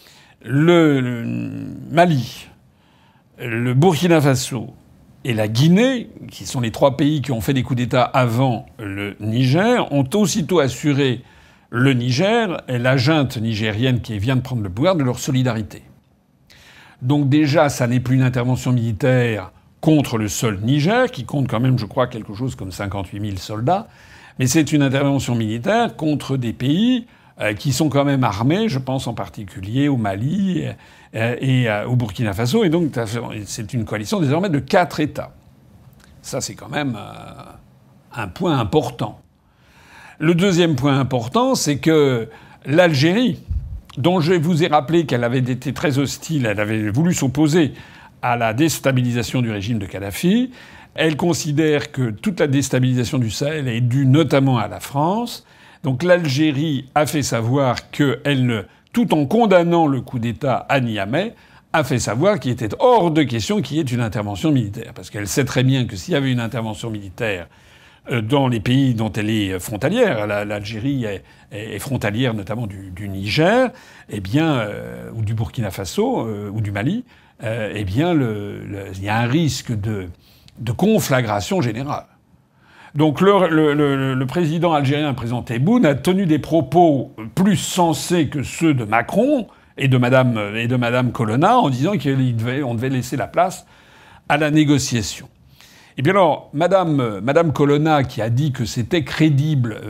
le Mali, le Burkina Faso et la Guinée, qui sont les trois pays qui ont fait des coups d'État avant le Niger, ont aussitôt assuré le Niger et la junte nigérienne qui vient de prendre le pouvoir de leur solidarité. Donc déjà, ça n'est plus une intervention militaire contre le seul Niger, qui compte quand même, je crois, quelque chose comme 58 000 soldats, mais c'est une intervention militaire contre des pays qui sont quand même armés, je pense en particulier au Mali et au Burkina Faso, et donc c'est une coalition désormais de 4 États. Ça, c'est quand même un point important. Le deuxième point important, c'est que l'Algérie, dont je vous ai rappelé qu'elle avait été très hostile, elle avait voulu s'opposer à la déstabilisation du régime de Kadhafi. Elle considère que toute la déstabilisation du Sahel est due notamment à la France. Donc l'Algérie a fait savoir qu'elle, tout en condamnant le coup d'État à Niamey, a fait savoir qu'il était hors de question qu'il y ait une intervention militaire. Parce qu'elle sait très bien que s'il y avait une intervention militaire dans les pays dont elle est frontalière, l'Algérie est frontalière notamment du Niger, eh bien, ou du Burkina Faso, ou du Mali, eh bien, il y a un risque de conflagration générale. Donc le président algérien, le président Tebboune, a tenu des propos plus sensés que ceux de Macron, et de Madame Colonna en disant qu'on devait laisser la place à la négociation. Et bien alors, Madame Colonna, qui a dit que c'était crédible,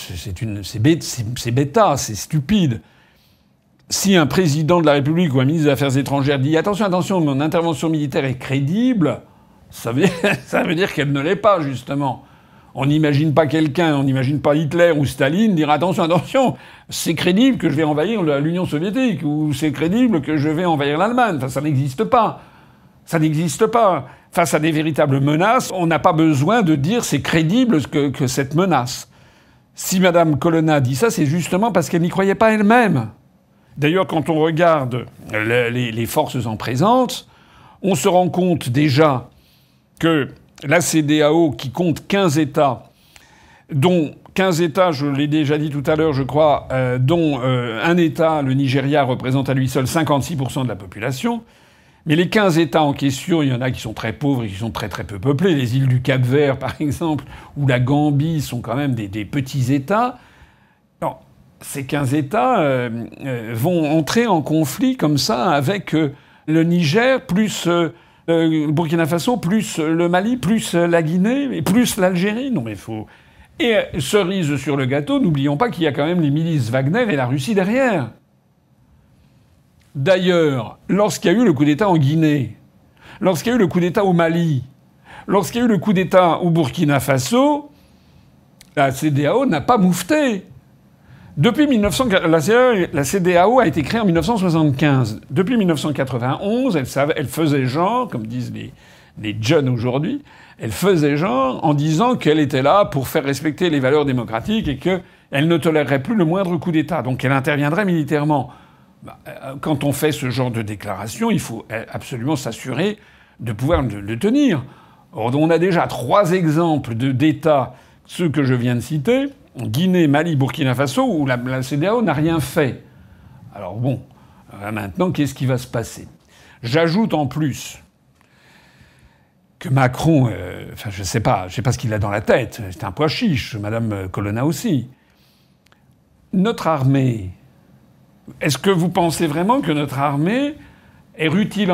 c'est bêta, c'est stupide. Si un président de la République ou un ministre des Affaires étrangères dit « Attention, mon intervention militaire est crédible », ça veut dire qu'elle ne l'est pas, justement. On n'imagine pas Hitler ou Staline dire « Attention, c'est crédible que je vais envahir l'Union soviétique » ou « C'est crédible que je vais envahir l'Allemagne ». Enfin, ça n'existe pas. Ça n'existe pas. Face à des véritables menaces, on n'a pas besoin de dire « C'est crédible que cette menace ». Si Madame Colonna dit ça, c'est justement parce qu'elle n'y croyait pas elle-même. D'ailleurs, quand on regarde les forces en présence, on se rend compte déjà que la CEDEAO, qui compte 15 États, dont 15 États, je l'ai déjà dit tout à l'heure, je crois, dont un État, le Nigeria, représente à lui seul 56% de la population. Mais les 15 États en question, il y en a qui sont très pauvres et qui sont très très peu peuplés. Les îles du Cap-Vert, par exemple, ou la Gambie sont quand même des petits États. Non, ces 15 États vont entrer en conflit comme ça avec le Niger, plus le Burkina Faso, plus le Mali, plus la Guinée, et plus l'Algérie. Non mais faut... Et cerise sur le gâteau, n'oublions pas qu'il y a quand même les milices Wagner et la Russie derrière. D'ailleurs, lorsqu'il y a eu le coup d'État en Guinée, lorsqu'il y a eu le coup d'État au Mali, lorsqu'il y a eu le coup d'État au Burkina Faso, la CEDEAO n'a pas moufté. Depuis la CEDEAO a été créée en 1975. Depuis 1991, elle faisait genre, comme disent les jeunes aujourd'hui, elle faisait genre en disant qu'elle était là pour faire respecter les valeurs démocratiques et qu'elle ne tolérerait plus le moindre coup d'État. Donc elle interviendrait militairement. Quand on fait ce genre de déclaration, il faut absolument s'assurer de pouvoir le tenir. Or, on a déjà 3 exemples d'États, ceux que je viens de citer, Guinée, Mali, Burkina Faso, où la CEDEAO n'a rien fait. Alors bon, maintenant, qu'est-ce qui va se passer ? J'ajoute en plus que Macron, je sais pas ce qu'il a dans la tête, c'est un pois chiche, Madame Colonna aussi. Notre armée, est-ce que vous pensez vraiment que notre armée est rutilante ?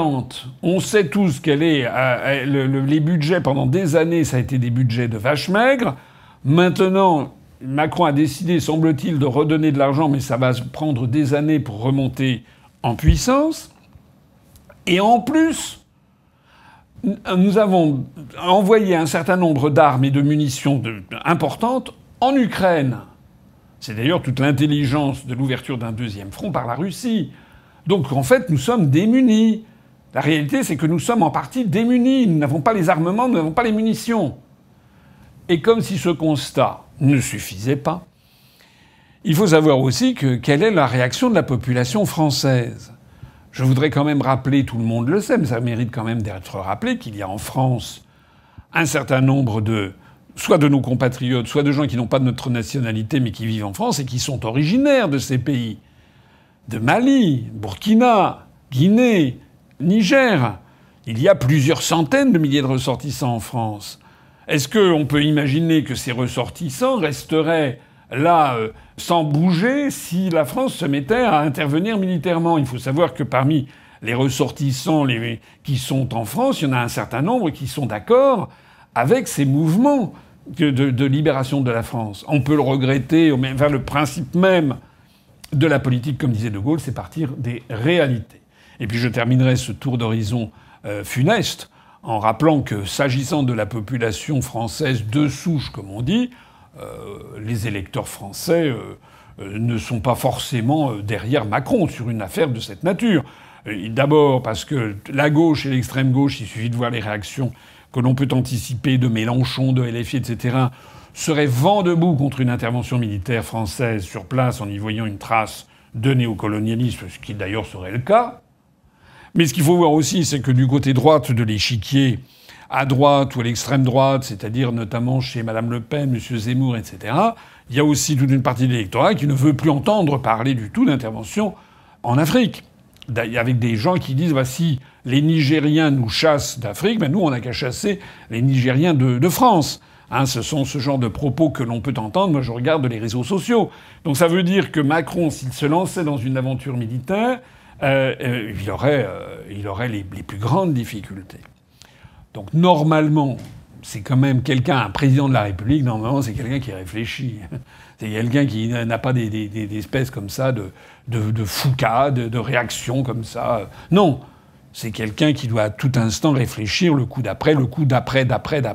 On sait tous qu'elle est... les budgets, pendant des années, ça a été des budgets de vaches maigres. Maintenant, Macron a décidé, semble-t-il, de redonner de l'argent, mais ça va prendre des années pour remonter en puissance. Et en plus, nous avons envoyé un certain nombre d'armes et de munitions importantes en Ukraine. C'est d'ailleurs toute l'intelligence de l'ouverture d'un deuxième front par la Russie. Donc en fait, nous sommes démunis. La réalité, c'est que nous sommes en partie démunis. Nous n'avons pas les armements, nous n'avons pas les munitions. Et comme si ce constat ne suffisait pas, il faut savoir aussi quelle est la réaction de la population française. Je voudrais quand même rappeler, tout le monde le sait, mais ça mérite quand même d'être rappelé, qu'il y a en France un certain nombre soit de nos compatriotes, soit de gens qui n'ont pas de notre nationalité mais qui vivent en France et qui sont originaires de ces pays. De Mali, Burkina, Guinée, Niger. Il y a plusieurs centaines de milliers de ressortissants en France. Est-ce qu'on peut imaginer que ces ressortissants resteraient là sans bouger si la France se mettait à intervenir militairement ? Il faut savoir que parmi les ressortissants qui sont en France, il y en a un certain nombre qui sont d'accord avec ces mouvements de libération de la France. On peut le regretter, enfin, le principe même de la politique, comme disait De Gaulle, c'est partir des réalités. Et puis je terminerai ce tour d'horizon funeste en rappelant que, s'agissant de la population française de souche, comme on dit, les électeurs français ne sont pas forcément derrière Macron sur une affaire de cette nature. D'abord parce que la gauche et l'extrême gauche, il suffit de voir les réactions que l'on peut anticiper de Mélenchon, de LFI, etc., seraient vent debout contre une intervention militaire française sur place en y voyant une trace de néocolonialisme, ce qui d'ailleurs serait le cas. Mais ce qu'il faut voir aussi, c'est que du côté droite de l'échiquier, à droite ou à l'extrême droite, c'est-à-dire notamment chez Madame Le Pen, M. Zemmour, etc., il y a aussi toute une partie de l'électorat qui ne veut plus entendre parler du tout d'intervention en Afrique. Avec des gens qui disent, si les Nigériens nous chassent d'Afrique, nous, on n'a qu'à chasser les Nigériens de France. Ce sont ce genre de propos que l'on peut entendre. Moi, je regarde les réseaux sociaux. Donc ça veut dire que Macron, s'il se lançait dans une aventure militaire, il aurait les plus grandes difficultés. Donc normalement, c'est quand même un président de la République, normalement c'est quelqu'un qui réfléchit. C'est quelqu'un qui n'a pas des espèces comme ça de foucades, de réactions comme ça. Non, c'est quelqu'un qui doit à tout instant réfléchir le coup d'après, le coup d'après.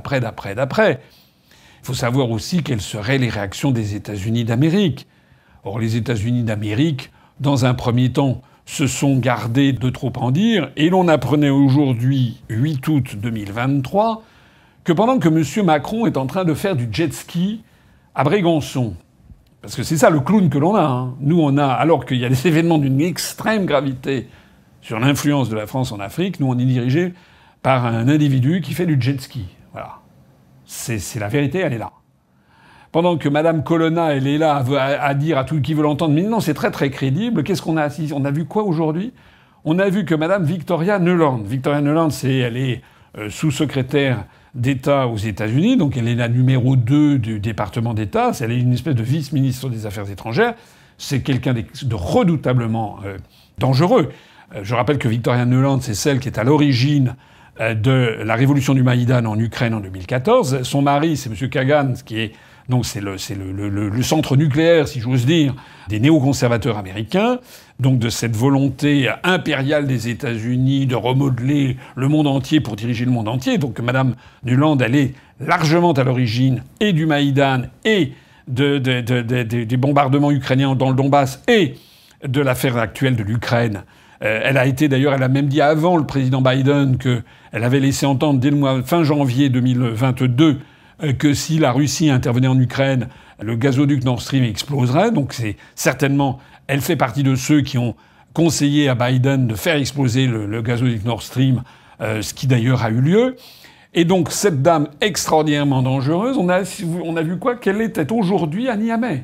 Il faut savoir aussi quelles seraient les réactions des États-Unis d'Amérique. Or, les États-Unis d'Amérique, dans un premier temps, se sont gardés de trop en dire, et l'on apprenait aujourd'hui, 8 août 2023, que pendant que M. Macron est en train de faire du jet ski à Brégançon, parce que c'est ça le clown que l'on a, hein. Nous, on a, alors qu'il y a des événements d'une extrême gravité sur l'influence de la France en Afrique, nous, on est dirigé par un individu qui fait du jet ski. Voilà. C'est la vérité, elle est là. Pendant que Mme Colonna, elle est là à dire à tout qui veut l'entendre, mais non, c'est très très crédible. Qu'est-ce qu'on a assisté ? On a vu quoi aujourd'hui ? On a vu que Mme Victoria Nuland, elle est sous-secrétaire d'État aux États-Unis, donc elle est la numéro 2 du département d'État, elle est une espèce de vice-ministre des Affaires étrangères, c'est quelqu'un de redoutablement dangereux. Je rappelle que Victoria Nuland, c'est celle qui est à l'origine de la révolution du Maïdan en Ukraine en 2014. Son mari, c'est M. Kagan, qui est donc c'est le centre nucléaire, si j'ose dire, des néoconservateurs américains, donc de cette volonté impériale des États-Unis de remodeler le monde entier pour diriger le monde entier. Donc Mme Nuland, elle est largement à l'origine et du Maïdan et des bombardements ukrainiens dans le Donbass et de l'affaire actuelle de l'Ukraine. Elle a même dit avant le président Biden qu'elle avait laissé entendre dès le mois fin janvier 2022 que si la Russie intervenait en Ukraine, le gazoduc Nord Stream exploserait. Donc c'est certainement, elle fait partie de ceux qui ont conseillé à Biden de faire exploser le gazoduc Nord Stream, ce qui d'ailleurs a eu lieu. Et donc cette dame extraordinairement dangereuse, on a vu quoi ? Qu'elle était aujourd'hui à Niamey.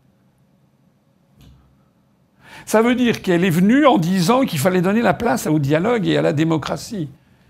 Ça veut dire qu'elle est venue en disant qu'il fallait donner la place au dialogue et à la démocratie.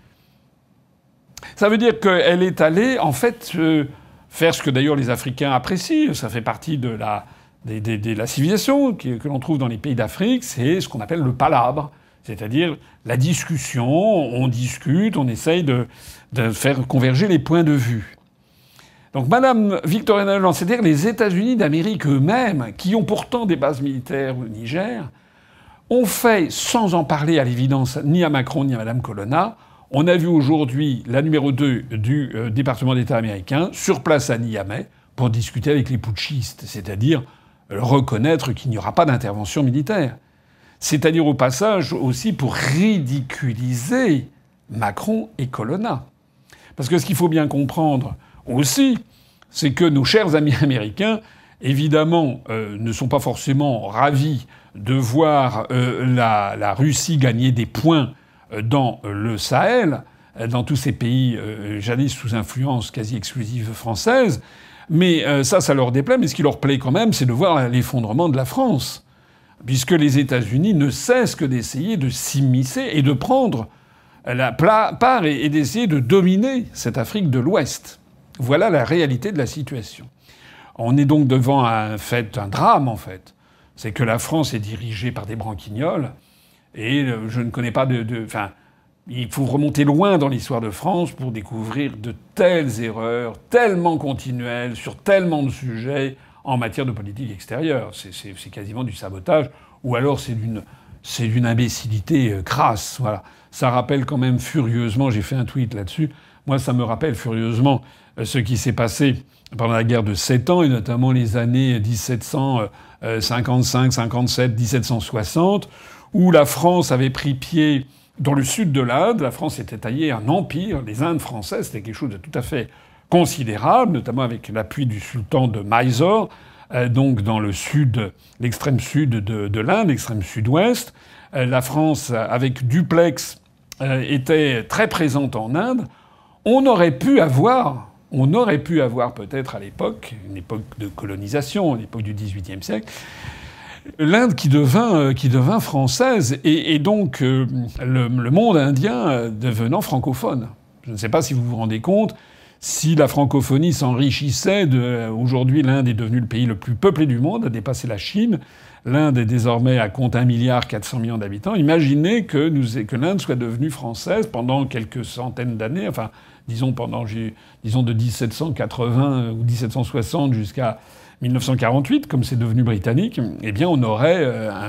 Ça veut dire qu'elle est allée, en fait, faire ce que d'ailleurs les Africains apprécient. Ça fait partie de la civilisation que l'on trouve dans les pays d'Afrique. C'est ce qu'on appelle le palabre. C'est-à-dire la discussion. On discute, on essaye de faire converger les points de vue. Donc Mme Victoria Nuland, c'est-à-dire les États-Unis d'Amérique eux-mêmes, qui ont pourtant des bases militaires au Niger, ont fait, sans en parler à l'évidence ni à Macron ni à Mme Colonna, on a vu aujourd'hui la numéro 2 du département d'État américain sur place à Niamey pour discuter avec les putschistes, c'est-à-dire reconnaître qu'il n'y aura pas d'intervention militaire. C'est-à-dire au passage aussi pour ridiculiser Macron et Colonna. Parce que ce qu'il faut bien comprendre aussi, c'est que nos chers amis américains, évidemment, ne sont pas forcément ravis de voir la Russie gagner des points dans le Sahel, dans tous ces pays jadis sous influence quasi exclusive française. Mais ça leur déplaît. Mais ce qui leur plaît quand même, c'est de voir l'effondrement de la France. Puisque les États-Unis ne cessent que d'essayer de s'immiscer et de prendre la part et d'essayer de dominer cette Afrique de l'Ouest. Voilà la réalité de la situation. On est donc devant un drame, en fait. C'est que la France est dirigée par des branquignoles. Et je ne connais pas enfin, il faut remonter loin dans l'histoire de France pour découvrir de telles erreurs, tellement continuelles, sur tellement de sujets en matière de politique extérieure. C'est quasiment du sabotage, ou alors c'est d'une imbécilité crasse. Voilà. Ça rappelle quand même furieusement, j'ai fait un tweet là-dessus, moi ça me rappelle furieusement ce qui s'est passé pendant la guerre de 7 ans, et notamment les années 1755, 57, 1760, où la France avait pris pied dans le sud de l'Inde. La France s'était taillée un empire. Les Indes françaises, c'était quelque chose de tout à fait considérable, notamment avec l'appui du sultan de Mysore, donc dans le sud, l'extrême sud de l'Inde, l'extrême sud-ouest. La France, avec Duplex, était très présente en Inde. On aurait pu avoir peut-être à l'époque, une époque de colonisation, l'époque du XVIIIe siècle, l'Inde qui devint française, et donc le monde indien devenant francophone. Je ne sais pas si vous vous rendez compte, Si la francophonie s'enrichissait, aujourd'hui l'Inde est devenue le pays le plus peuplé du monde, a dépassé la Chine. L'Inde est désormais à compte 1,4 milliard d'habitants. Imaginez que l'Inde soit devenue française pendant quelques centaines d'années, enfin, disons de 1780 ou 1760 jusqu'à 1948, comme c'est devenu britannique. Eh bien, on aurait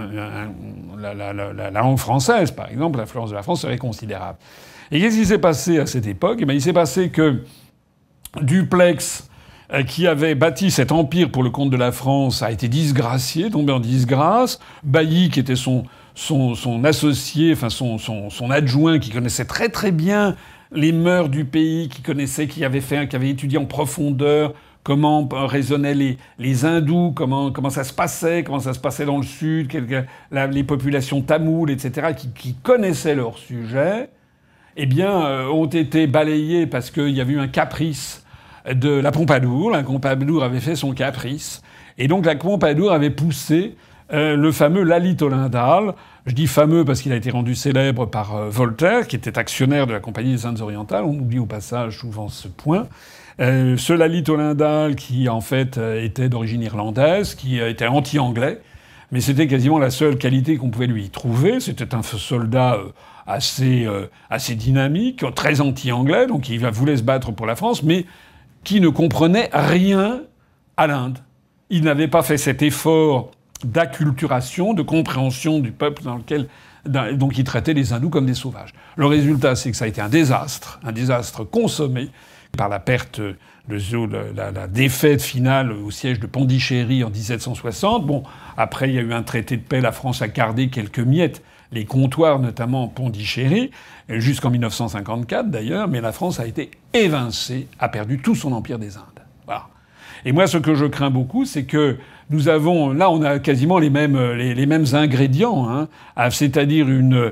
la langue française, par exemple. L'influence de la France serait considérable. Et qu'est-ce qui s'est passé à cette époque? Eh bien, il s'est passé que Dupleix, qui avait bâti cet empire pour le compte de la France, a été disgracié, tombé en disgrâce. Bailly, qui était son associé, enfin son adjoint, qui connaissait très très bien les mœurs du pays, qui avait étudié en profondeur comment raisonnaient les hindous, comment ça se passait dans le sud, les populations tamoules, etc., qui connaissaient leur sujet, eh bien, ont été balayés parce qu'il y avait eu un caprice de la Pompadour. La Pompadour avait fait son caprice. Et donc la Pompadour avait poussé le fameux Lalit Ollendal. Je dis fameux parce qu'il a été rendu célèbre par Voltaire, qui était actionnaire de la Compagnie des Indes orientales. On oublie au passage souvent ce point. Ce Lalit Ollendal, qui en fait était d'origine irlandaise, qui était anti-anglais, mais c'était quasiment la seule qualité qu'on pouvait lui trouver. C'était un soldat assez dynamique, très anti-anglais, donc il voulait se battre pour la France, mais qui ne comprenait rien à l'Inde. Il n'avait pas fait cet effort d'acculturation, de compréhension du peuple donc il traitait les hindous comme des sauvages. Le résultat, c'est que ça a été un désastre consommé par la perte, la défaite finale au siège de Pondichéry en 1760. Bon, après, il y a eu un traité de paix, la France a gardé quelques miettes, les comptoirs, notamment Pondichéry, jusqu'en 1954 d'ailleurs, mais la France a été évincée, a perdu tout son empire des Indes. Voilà. Et moi, ce que je crains beaucoup, c'est que on a quasiment les mêmes ingrédients, hein, c'est-à-dire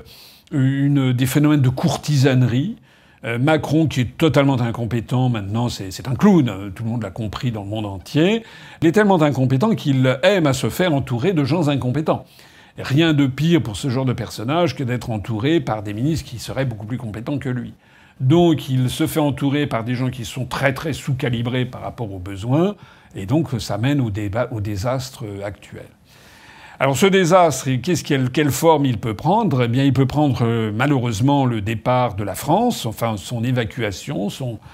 des phénomènes de courtisanerie. Macron, qui est totalement incompétent maintenant, c'est un clown, tout le monde l'a compris dans le monde entier. Il est tellement incompétent qu'il aime à se faire entourer de gens incompétents. Rien de pire pour ce genre de personnage que d'être entouré par des ministres qui seraient beaucoup plus compétents que lui. Donc il se fait entourer par des gens qui sont très très sous-calibrés par rapport aux besoins, et donc ça mène au désastre actuel. Alors ce désastre, quelle forme il peut prendre? Eh bien, il peut prendre malheureusement le départ de la France, enfin son évacuation,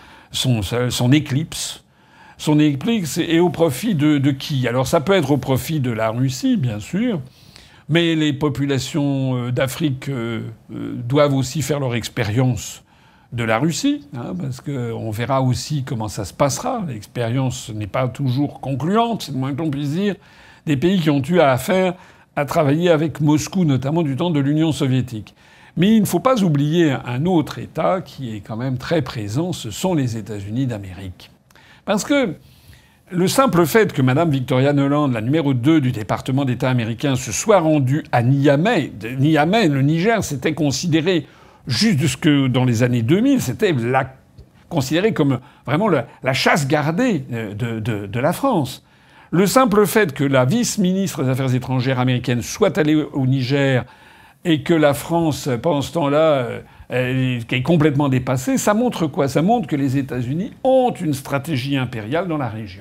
son éclipse. Son éclipse est au profit de qui? Alors ça peut être au profit de la Russie, bien sûr, mais les populations d'Afrique doivent aussi faire leur expérience de la Russie, hein, parce qu'on verra aussi comment ça se passera. L'expérience n'est pas toujours concluante, c'est le moins que l'on puisse dire. Des pays qui ont eu affaire à travailler avec Moscou, notamment du temps de l'Union soviétique. Mais il ne faut pas oublier un autre État qui est quand même très présent, ce sont les États-Unis d'Amérique. Parce que le simple fait que Mme Victoria Nuland, la numéro 2 du département d'État américain, se soit rendue à Niamey, le Niger, c'était considéré, jusque dans les années 2000, c'était considéré comme vraiment la chasse gardée de la France. Le simple fait que la vice-ministre des Affaires étrangères américaine soit allée au Niger et que la France, pendant ce temps-là, est complètement dépassée, ça montre quoi? Ça montre que les États-Unis ont une stratégie impériale dans la région.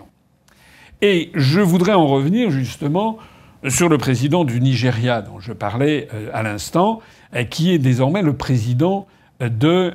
Et je voudrais en revenir justement sur le président du Nigeria dont je parlais à l'instant, qui est désormais le président de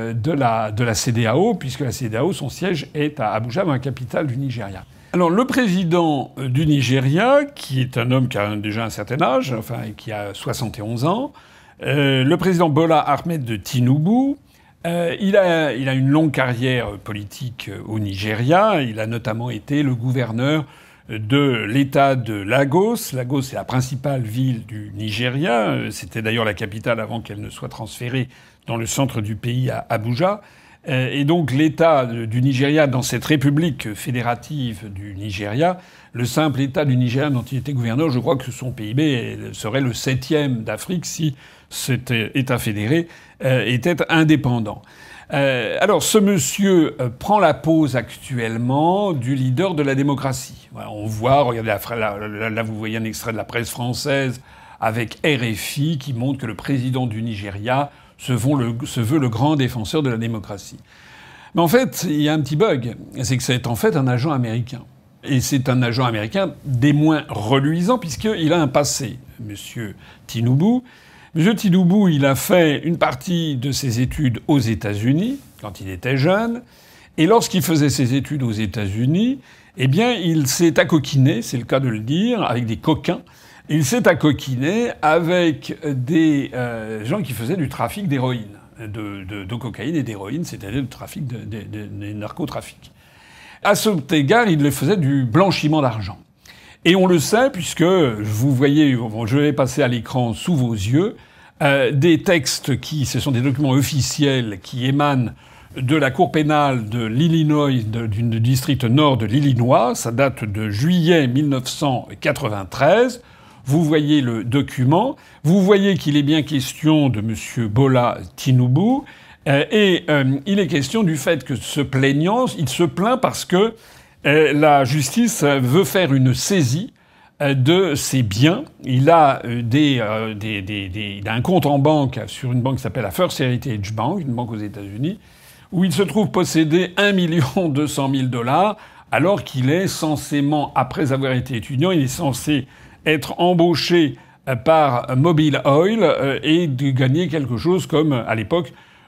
la CEDEAO, puisque la CEDEAO, son siège est à Abuja, dans la capitale du Nigeria. Alors le président du Nigeria, qui est un homme qui a déjà un certain âge, enfin qui a 71 ans, le président Bola Ahmed Tinubu, il a une longue carrière politique au Nigeria. Il a notamment été le gouverneur de l'État de Lagos. Lagos est la principale ville du Nigeria. C'était d'ailleurs la capitale avant qu'elle ne soit transférée dans le centre du pays à Abuja. Et donc l'État du Nigeria, dans cette république fédérative du Nigeria, le simple État du Nigeria dont il était gouverneur, je crois que son PIB serait le 7e d'Afrique si cet État fédéré était indépendant. Alors ce monsieur prend la pose actuellement du leader de la démocratie. Voilà, on voit, regardez, là vous voyez un extrait de la presse française avec RFI qui montre que le président du Nigeria se veut le grand défenseur de la démocratie. Mais en fait, il y a un petit bug. C'est que c'est en fait un agent américain. Et c'est un agent américain des moins reluisants puisqu'il a un passé, Monsieur Tinubu. Monsieur Tinubu, il a fait une partie de ses études aux États-Unis quand il était jeune. Et lorsqu'il faisait ses études aux États-Unis, eh bien, il s'est accoquiné, c'est le cas de le dire, avec des coquins. Il s'est accoquiné avec des gens qui faisaient du trafic d'héroïne, de cocaïne et d'héroïne, c'est-à-dire du trafic des narcotrafics. À cet égard, il faisait du blanchiment d'argent. Et on le sait puisque vous voyez, je vais passer à l'écran sous vos yeux, des textes ce sont des documents officiels qui émanent de la Cour pénale de l'Illinois, du district nord de l'Illinois. Ça date de juillet 1993. Vous voyez le document. Vous voyez qu'il est bien question de M. Bola Tinubu. Il est question du fait que ce plaignant, il se plaint parce que la justice veut faire une saisie de ses biens. Il a il a un compte en banque sur une banque qui s'appelle la First Heritage Bank, une banque aux États-Unis, où il se trouve posséder $1 200 000, alors qu'il est censément, après avoir été étudiant, il est censé être embauché par Mobil Oil et de gagner quelque chose comme, à l'époque,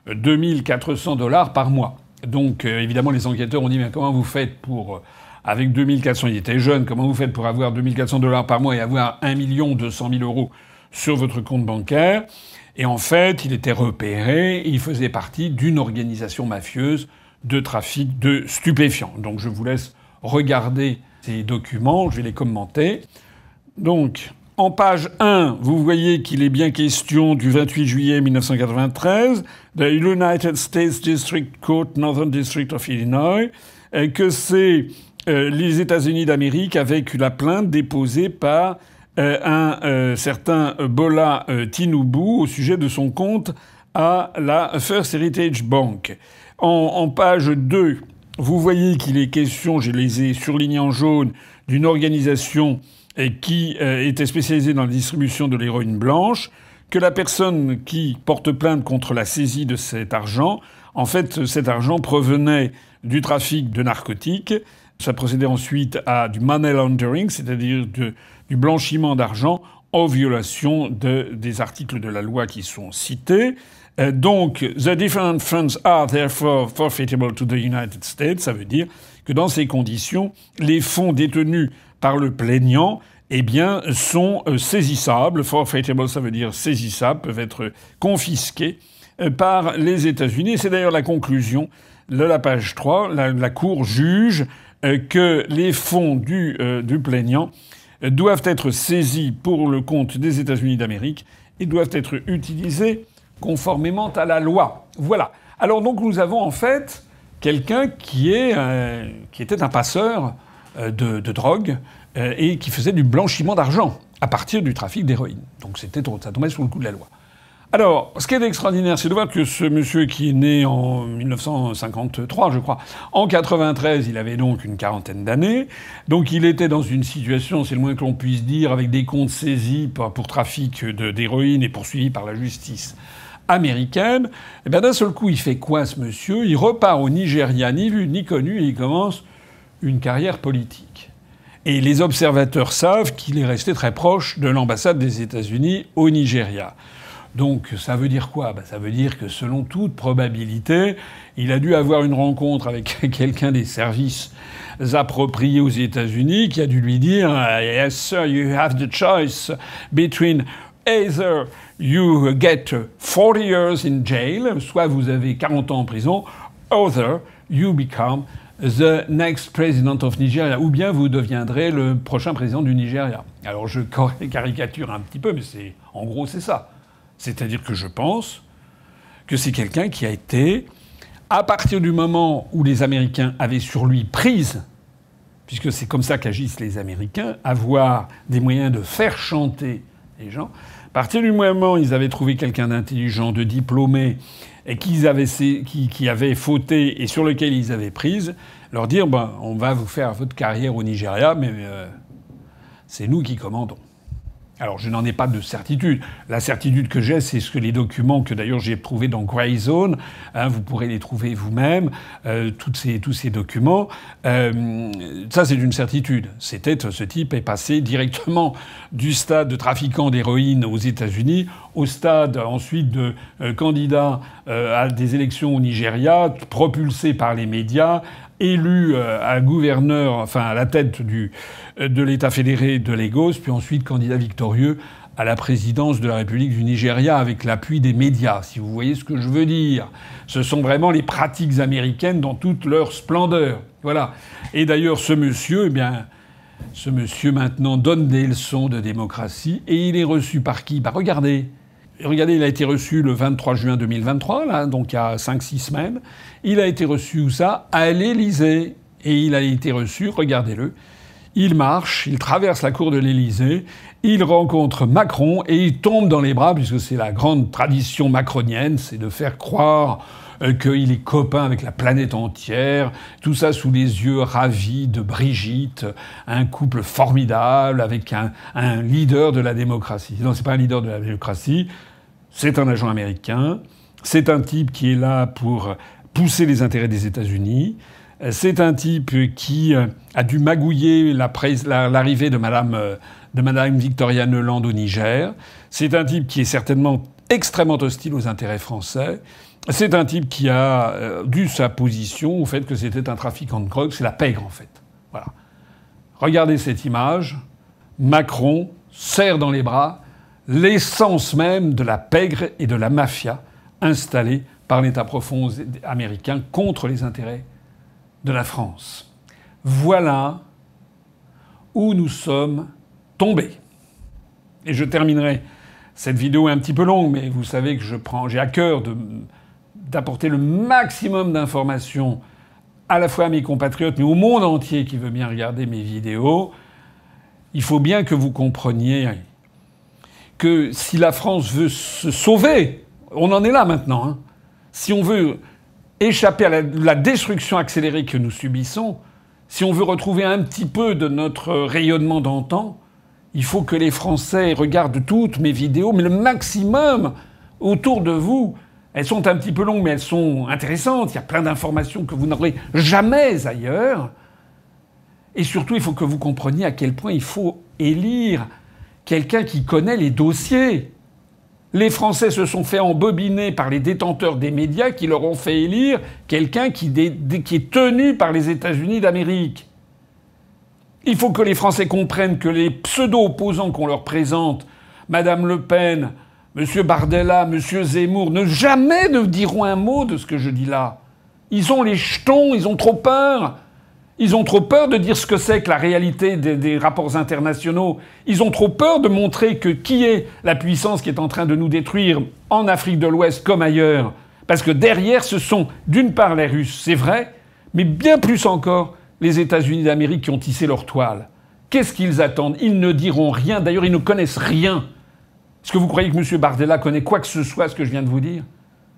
$2 400 par mois. Donc, évidemment, les enquêteurs ont dit, mais comment vous faites pour... Avec 2400, il était jeune, comment vous faites pour avoir $2 400 par mois et avoir $1 200 000 sur votre compte bancaire? Et en fait, il était repéré, il faisait partie d'une organisation mafieuse de trafic de stupéfiants. Donc je vous laisse regarder ces documents, je vais les commenter. Donc, en page 1, vous voyez qu'il est bien question du 28 juillet 1993, de United States District Court, Northern District of Illinois, que c'est les États-Unis d'Amérique avec la plainte déposée par un certain Bola Tinubu au sujet de son compte à la First Heritage Bank. En page 2, vous voyez qu'il est question, je les ai surlignés en jaune, d'une organisation qui était spécialisée dans la distribution de l'héroïne blanche, que la personne qui porte plainte contre la saisie de cet argent, en fait, cet argent provenait du trafic de narcotiques. Ça procédait ensuite à du money laundering, c'est-à-dire du blanchiment d'argent en violation des articles de la loi qui sont cités. Donc, the different funds are therefore forfeitable to the United States. Ça veut dire que dans ces conditions, les fonds détenus par le plaignant, eh bien, sont saisissables. Forfeitable, ça veut dire saisissables, peuvent être confisqués par les États-Unis. C'est d'ailleurs la conclusion de la page 3. La Cour juge que les fonds du plaignant doivent être saisis pour le compte des États-Unis d'Amérique et doivent être utilisés conformément à la loi. Voilà. Alors donc nous avons en fait quelqu'un qui était un passeur de drogue et qui faisait du blanchiment d'argent à partir du trafic d'héroïne. Donc ça tombait sous le coup de la loi. Alors, ce qui est extraordinaire, c'est de voir que ce monsieur qui est né en 1953, je crois, en 93, il avait donc une quarantaine d'années. Donc il était dans une situation, c'est le moins que l'on puisse dire, avec des comptes saisis pour trafic d'héroïne et poursuivis par la justice américaine. Et bien d'un seul coup, il fait quoi ce monsieur? Il repart au Nigeria, ni vu ni connu, et il commence une carrière politique. Et les observateurs savent qu'il est resté très proche de l'ambassade des États-Unis au Nigeria. Donc ça veut dire quoi? Ça veut dire que selon toute probabilité, il a dû avoir une rencontre avec quelqu'un des services appropriés aux États-Unis qui a dû lui dire « Yes, sir, you have the choice between either you get 40 years in jail, soit vous avez 40 ans en prison, other you become the next president of Nigeria, ou bien vous deviendrez le prochain président du Nigeria. » Alors je caricature un petit peu, mais en gros c'est ça. C'est-à-dire que je pense que c'est quelqu'un qui a été, à partir du moment où les Américains avaient sur lui prise, puisque c'est comme ça qu'agissent les Américains, avoir des moyens de faire chanter les gens, à partir du moment où ils avaient trouvé quelqu'un d'intelligent, de diplômé, et qui avait fauté et sur lequel ils avaient prise, leur dire on va vous faire votre carrière au Nigeria, mais c'est nous qui commandons. Alors, je n'en ai pas de certitude. La certitude que j'ai, c'est ce que les documents que d'ailleurs j'ai prouvés dans Grey Zone, vous pourrez les trouver vous-même, tous ces documents. Ça, c'est une certitude. Ce type est passé directement du stade de trafiquant d'héroïne aux États-Unis au stade ensuite de candidat à des élections au Nigeria, propulsé par les médias, élu à gouverneur, enfin à la tête de l'État fédéré de Lagos, puis ensuite candidat victorieux à la présidence de la République du Nigeria avec l'appui des médias, si vous voyez ce que je veux dire. Ce sont vraiment les pratiques américaines dans toute leur splendeur. Voilà. Et d'ailleurs, ce monsieur maintenant donne des leçons de démocratie et il est reçu par qui ? Regardez, il a été reçu le 23 juin 2023, là, donc il y a 5-6 semaines. Il a été reçu où ça ? À l'Élysée. Et il a été reçu, regardez-le, il marche, il traverse la cour de l'Élysée, il rencontre Macron et il tombe dans les bras, puisque c'est la grande tradition macronienne, c'est de faire croire qu'il est copain avec la planète entière, tout ça sous les yeux ravis de Brigitte, un couple formidable avec un leader de la démocratie. Non, c'est pas un leader de la démocratie, c'est un agent américain, c'est un type qui est là pour pousser les intérêts des États-Unis, c'est un type qui a dû magouiller l'arrivée de Madame Victoria Nuland au Niger, c'est un type qui est certainement extrêmement hostile aux intérêts français. C'est un type qui a dû sa position au fait que c'était un trafiquant de drogue. C'est la pègre, en fait. Voilà. Regardez cette image. Macron serre dans les bras l'essence même de la pègre et de la mafia installée par l'État profond américain contre les intérêts de la France. Voilà où nous sommes tombés. Et je terminerai cette vidéo un petit peu longue, mais vous savez que j'ai à cœur d'apporter le maximum d'informations à la fois à mes compatriotes, mais au monde entier qui veut bien regarder mes vidéos. Il faut bien que vous compreniez que si la France veut se sauver, on en est là maintenant, hein. Si on veut échapper à la destruction accélérée que nous subissons, si on veut retrouver un petit peu de notre rayonnement d'antan, il faut que les Français regardent toutes mes vidéos, mais le maximum autour de vous. Elles sont un petit peu longues, mais elles sont intéressantes. Il y a plein d'informations que vous n'aurez jamais ailleurs. Et surtout, il faut que vous compreniez à quel point il faut élire quelqu'un qui connaît les dossiers. Les Français se sont fait embobiner par les détenteurs des médias qui leur ont fait élire quelqu'un qui est tenu par les États-Unis d'Amérique. Il faut que les Français comprennent que les pseudo-opposants qu'on leur présente, Madame Le Pen, Monsieur Bardella, Monsieur Zemmour, jamais ne diront un mot de ce que je dis là. Ils ont les jetons, ils ont trop peur. Ils ont trop peur de dire ce que c'est que la réalité des rapports internationaux. Ils ont trop peur de montrer qui est la puissance qui est en train de nous détruire en Afrique de l'Ouest comme ailleurs. Parce que derrière, ce sont d'une part les Russes, c'est vrai, mais bien plus encore les États-Unis d'Amérique qui ont tissé leur toile. Qu'est-ce qu'ils attendent ? Ils ne diront rien. D'ailleurs, ils ne connaissent rien. Est-ce que vous croyez que M. Bardella connaît quoi que ce soit, ce que je viens de vous dire ?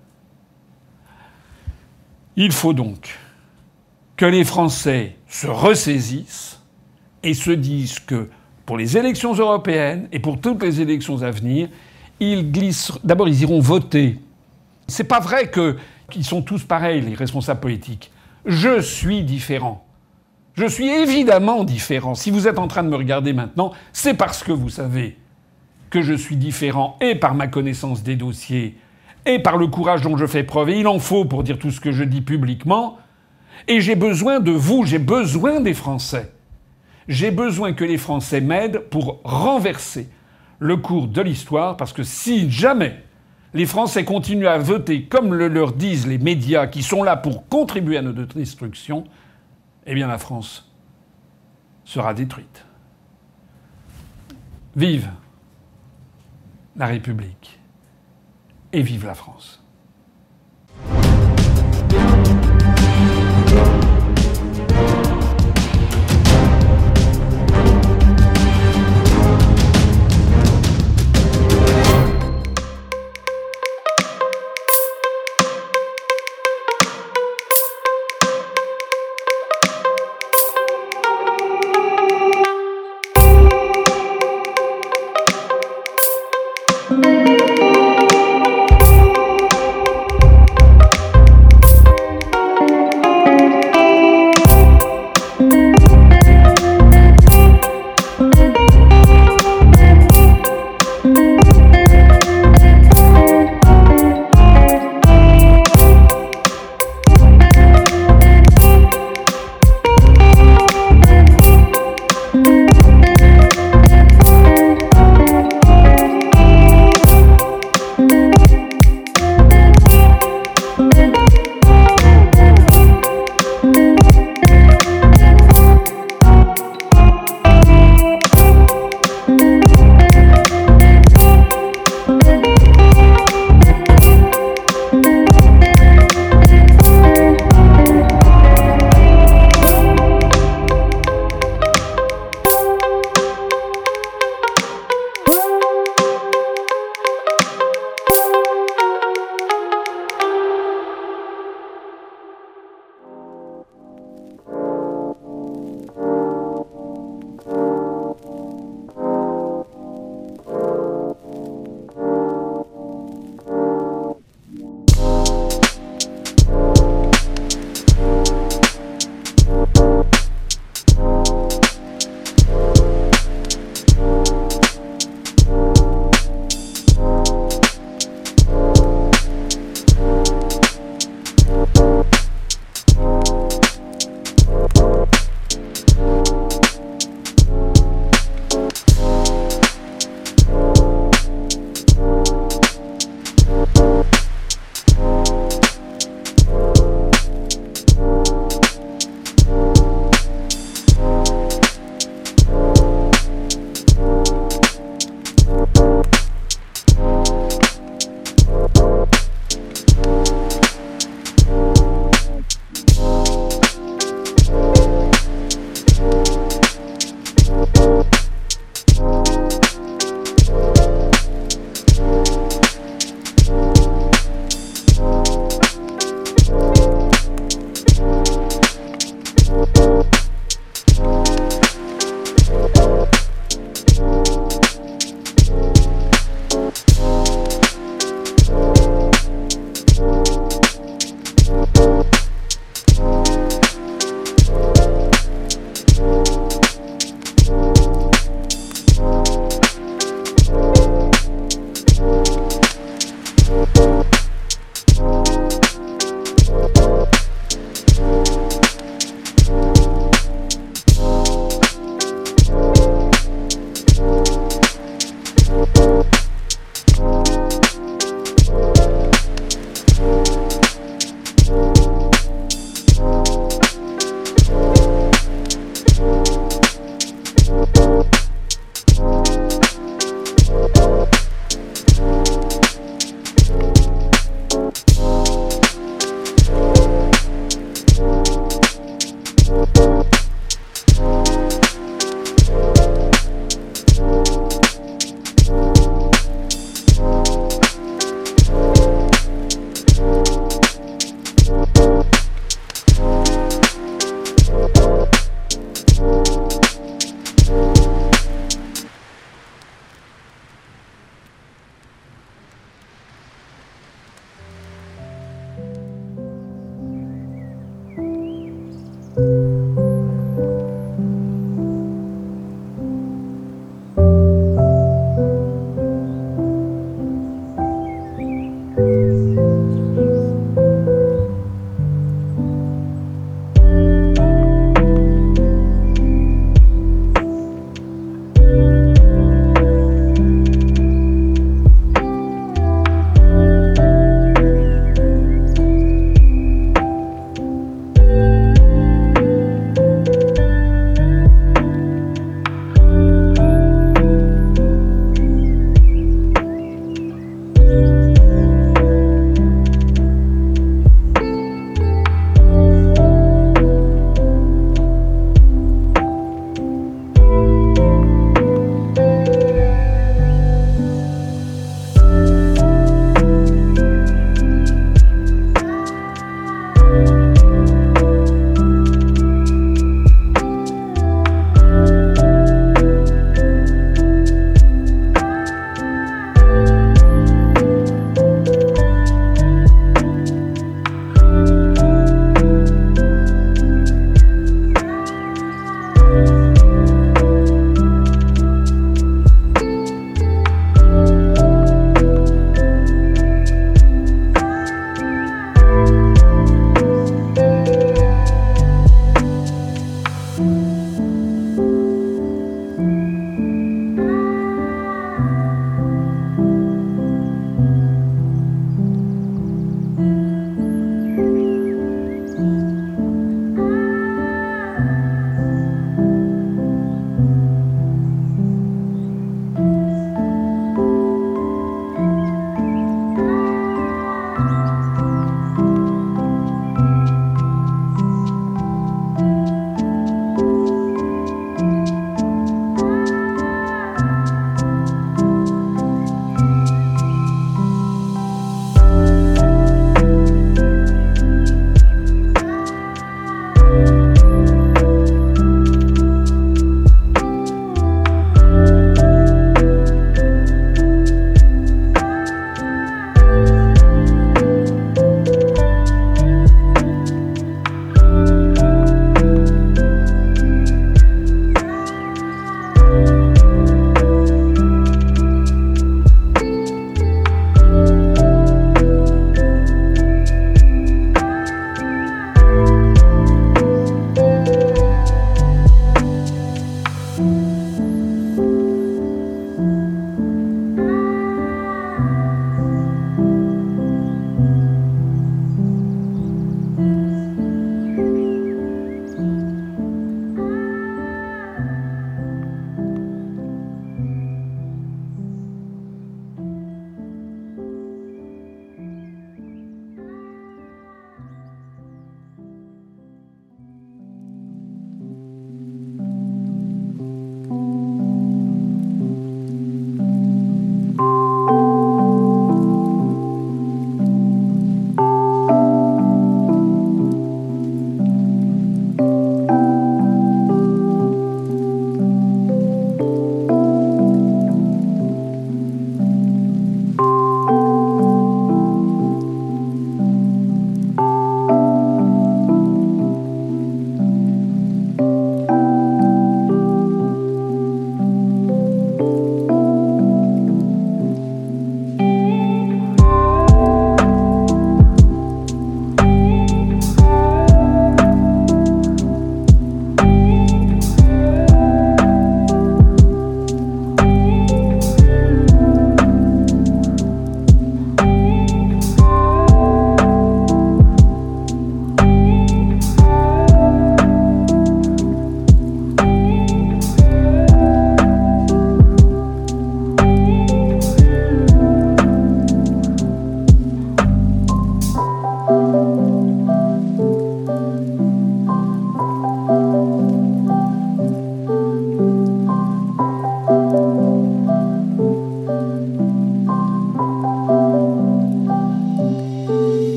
Il faut donc que les Français se ressaisissent et se disent que pour les élections européennes et pour toutes les élections à venir, d'abord, ils iront voter. C'est pas vrai qu'ils sont tous pareils, les responsables politiques. Je suis différent. Je suis évidemment différent. Si vous êtes en train de me regarder maintenant, c'est parce que vous savez que je suis différent et par ma connaissance des dossiers et par le courage dont je fais preuve. Et il en faut pour dire tout ce que je dis publiquement. Et j'ai besoin de vous, j'ai besoin des Français. J'ai besoin que les Français m'aident pour renverser le cours de l'histoire, parce que si jamais les Français continuent à voter comme le leur disent les médias qui sont là pour contribuer à notre destruction, eh bien la France sera détruite. Vive la République et vive la France.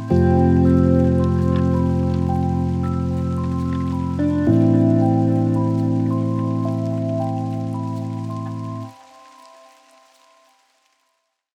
Guy.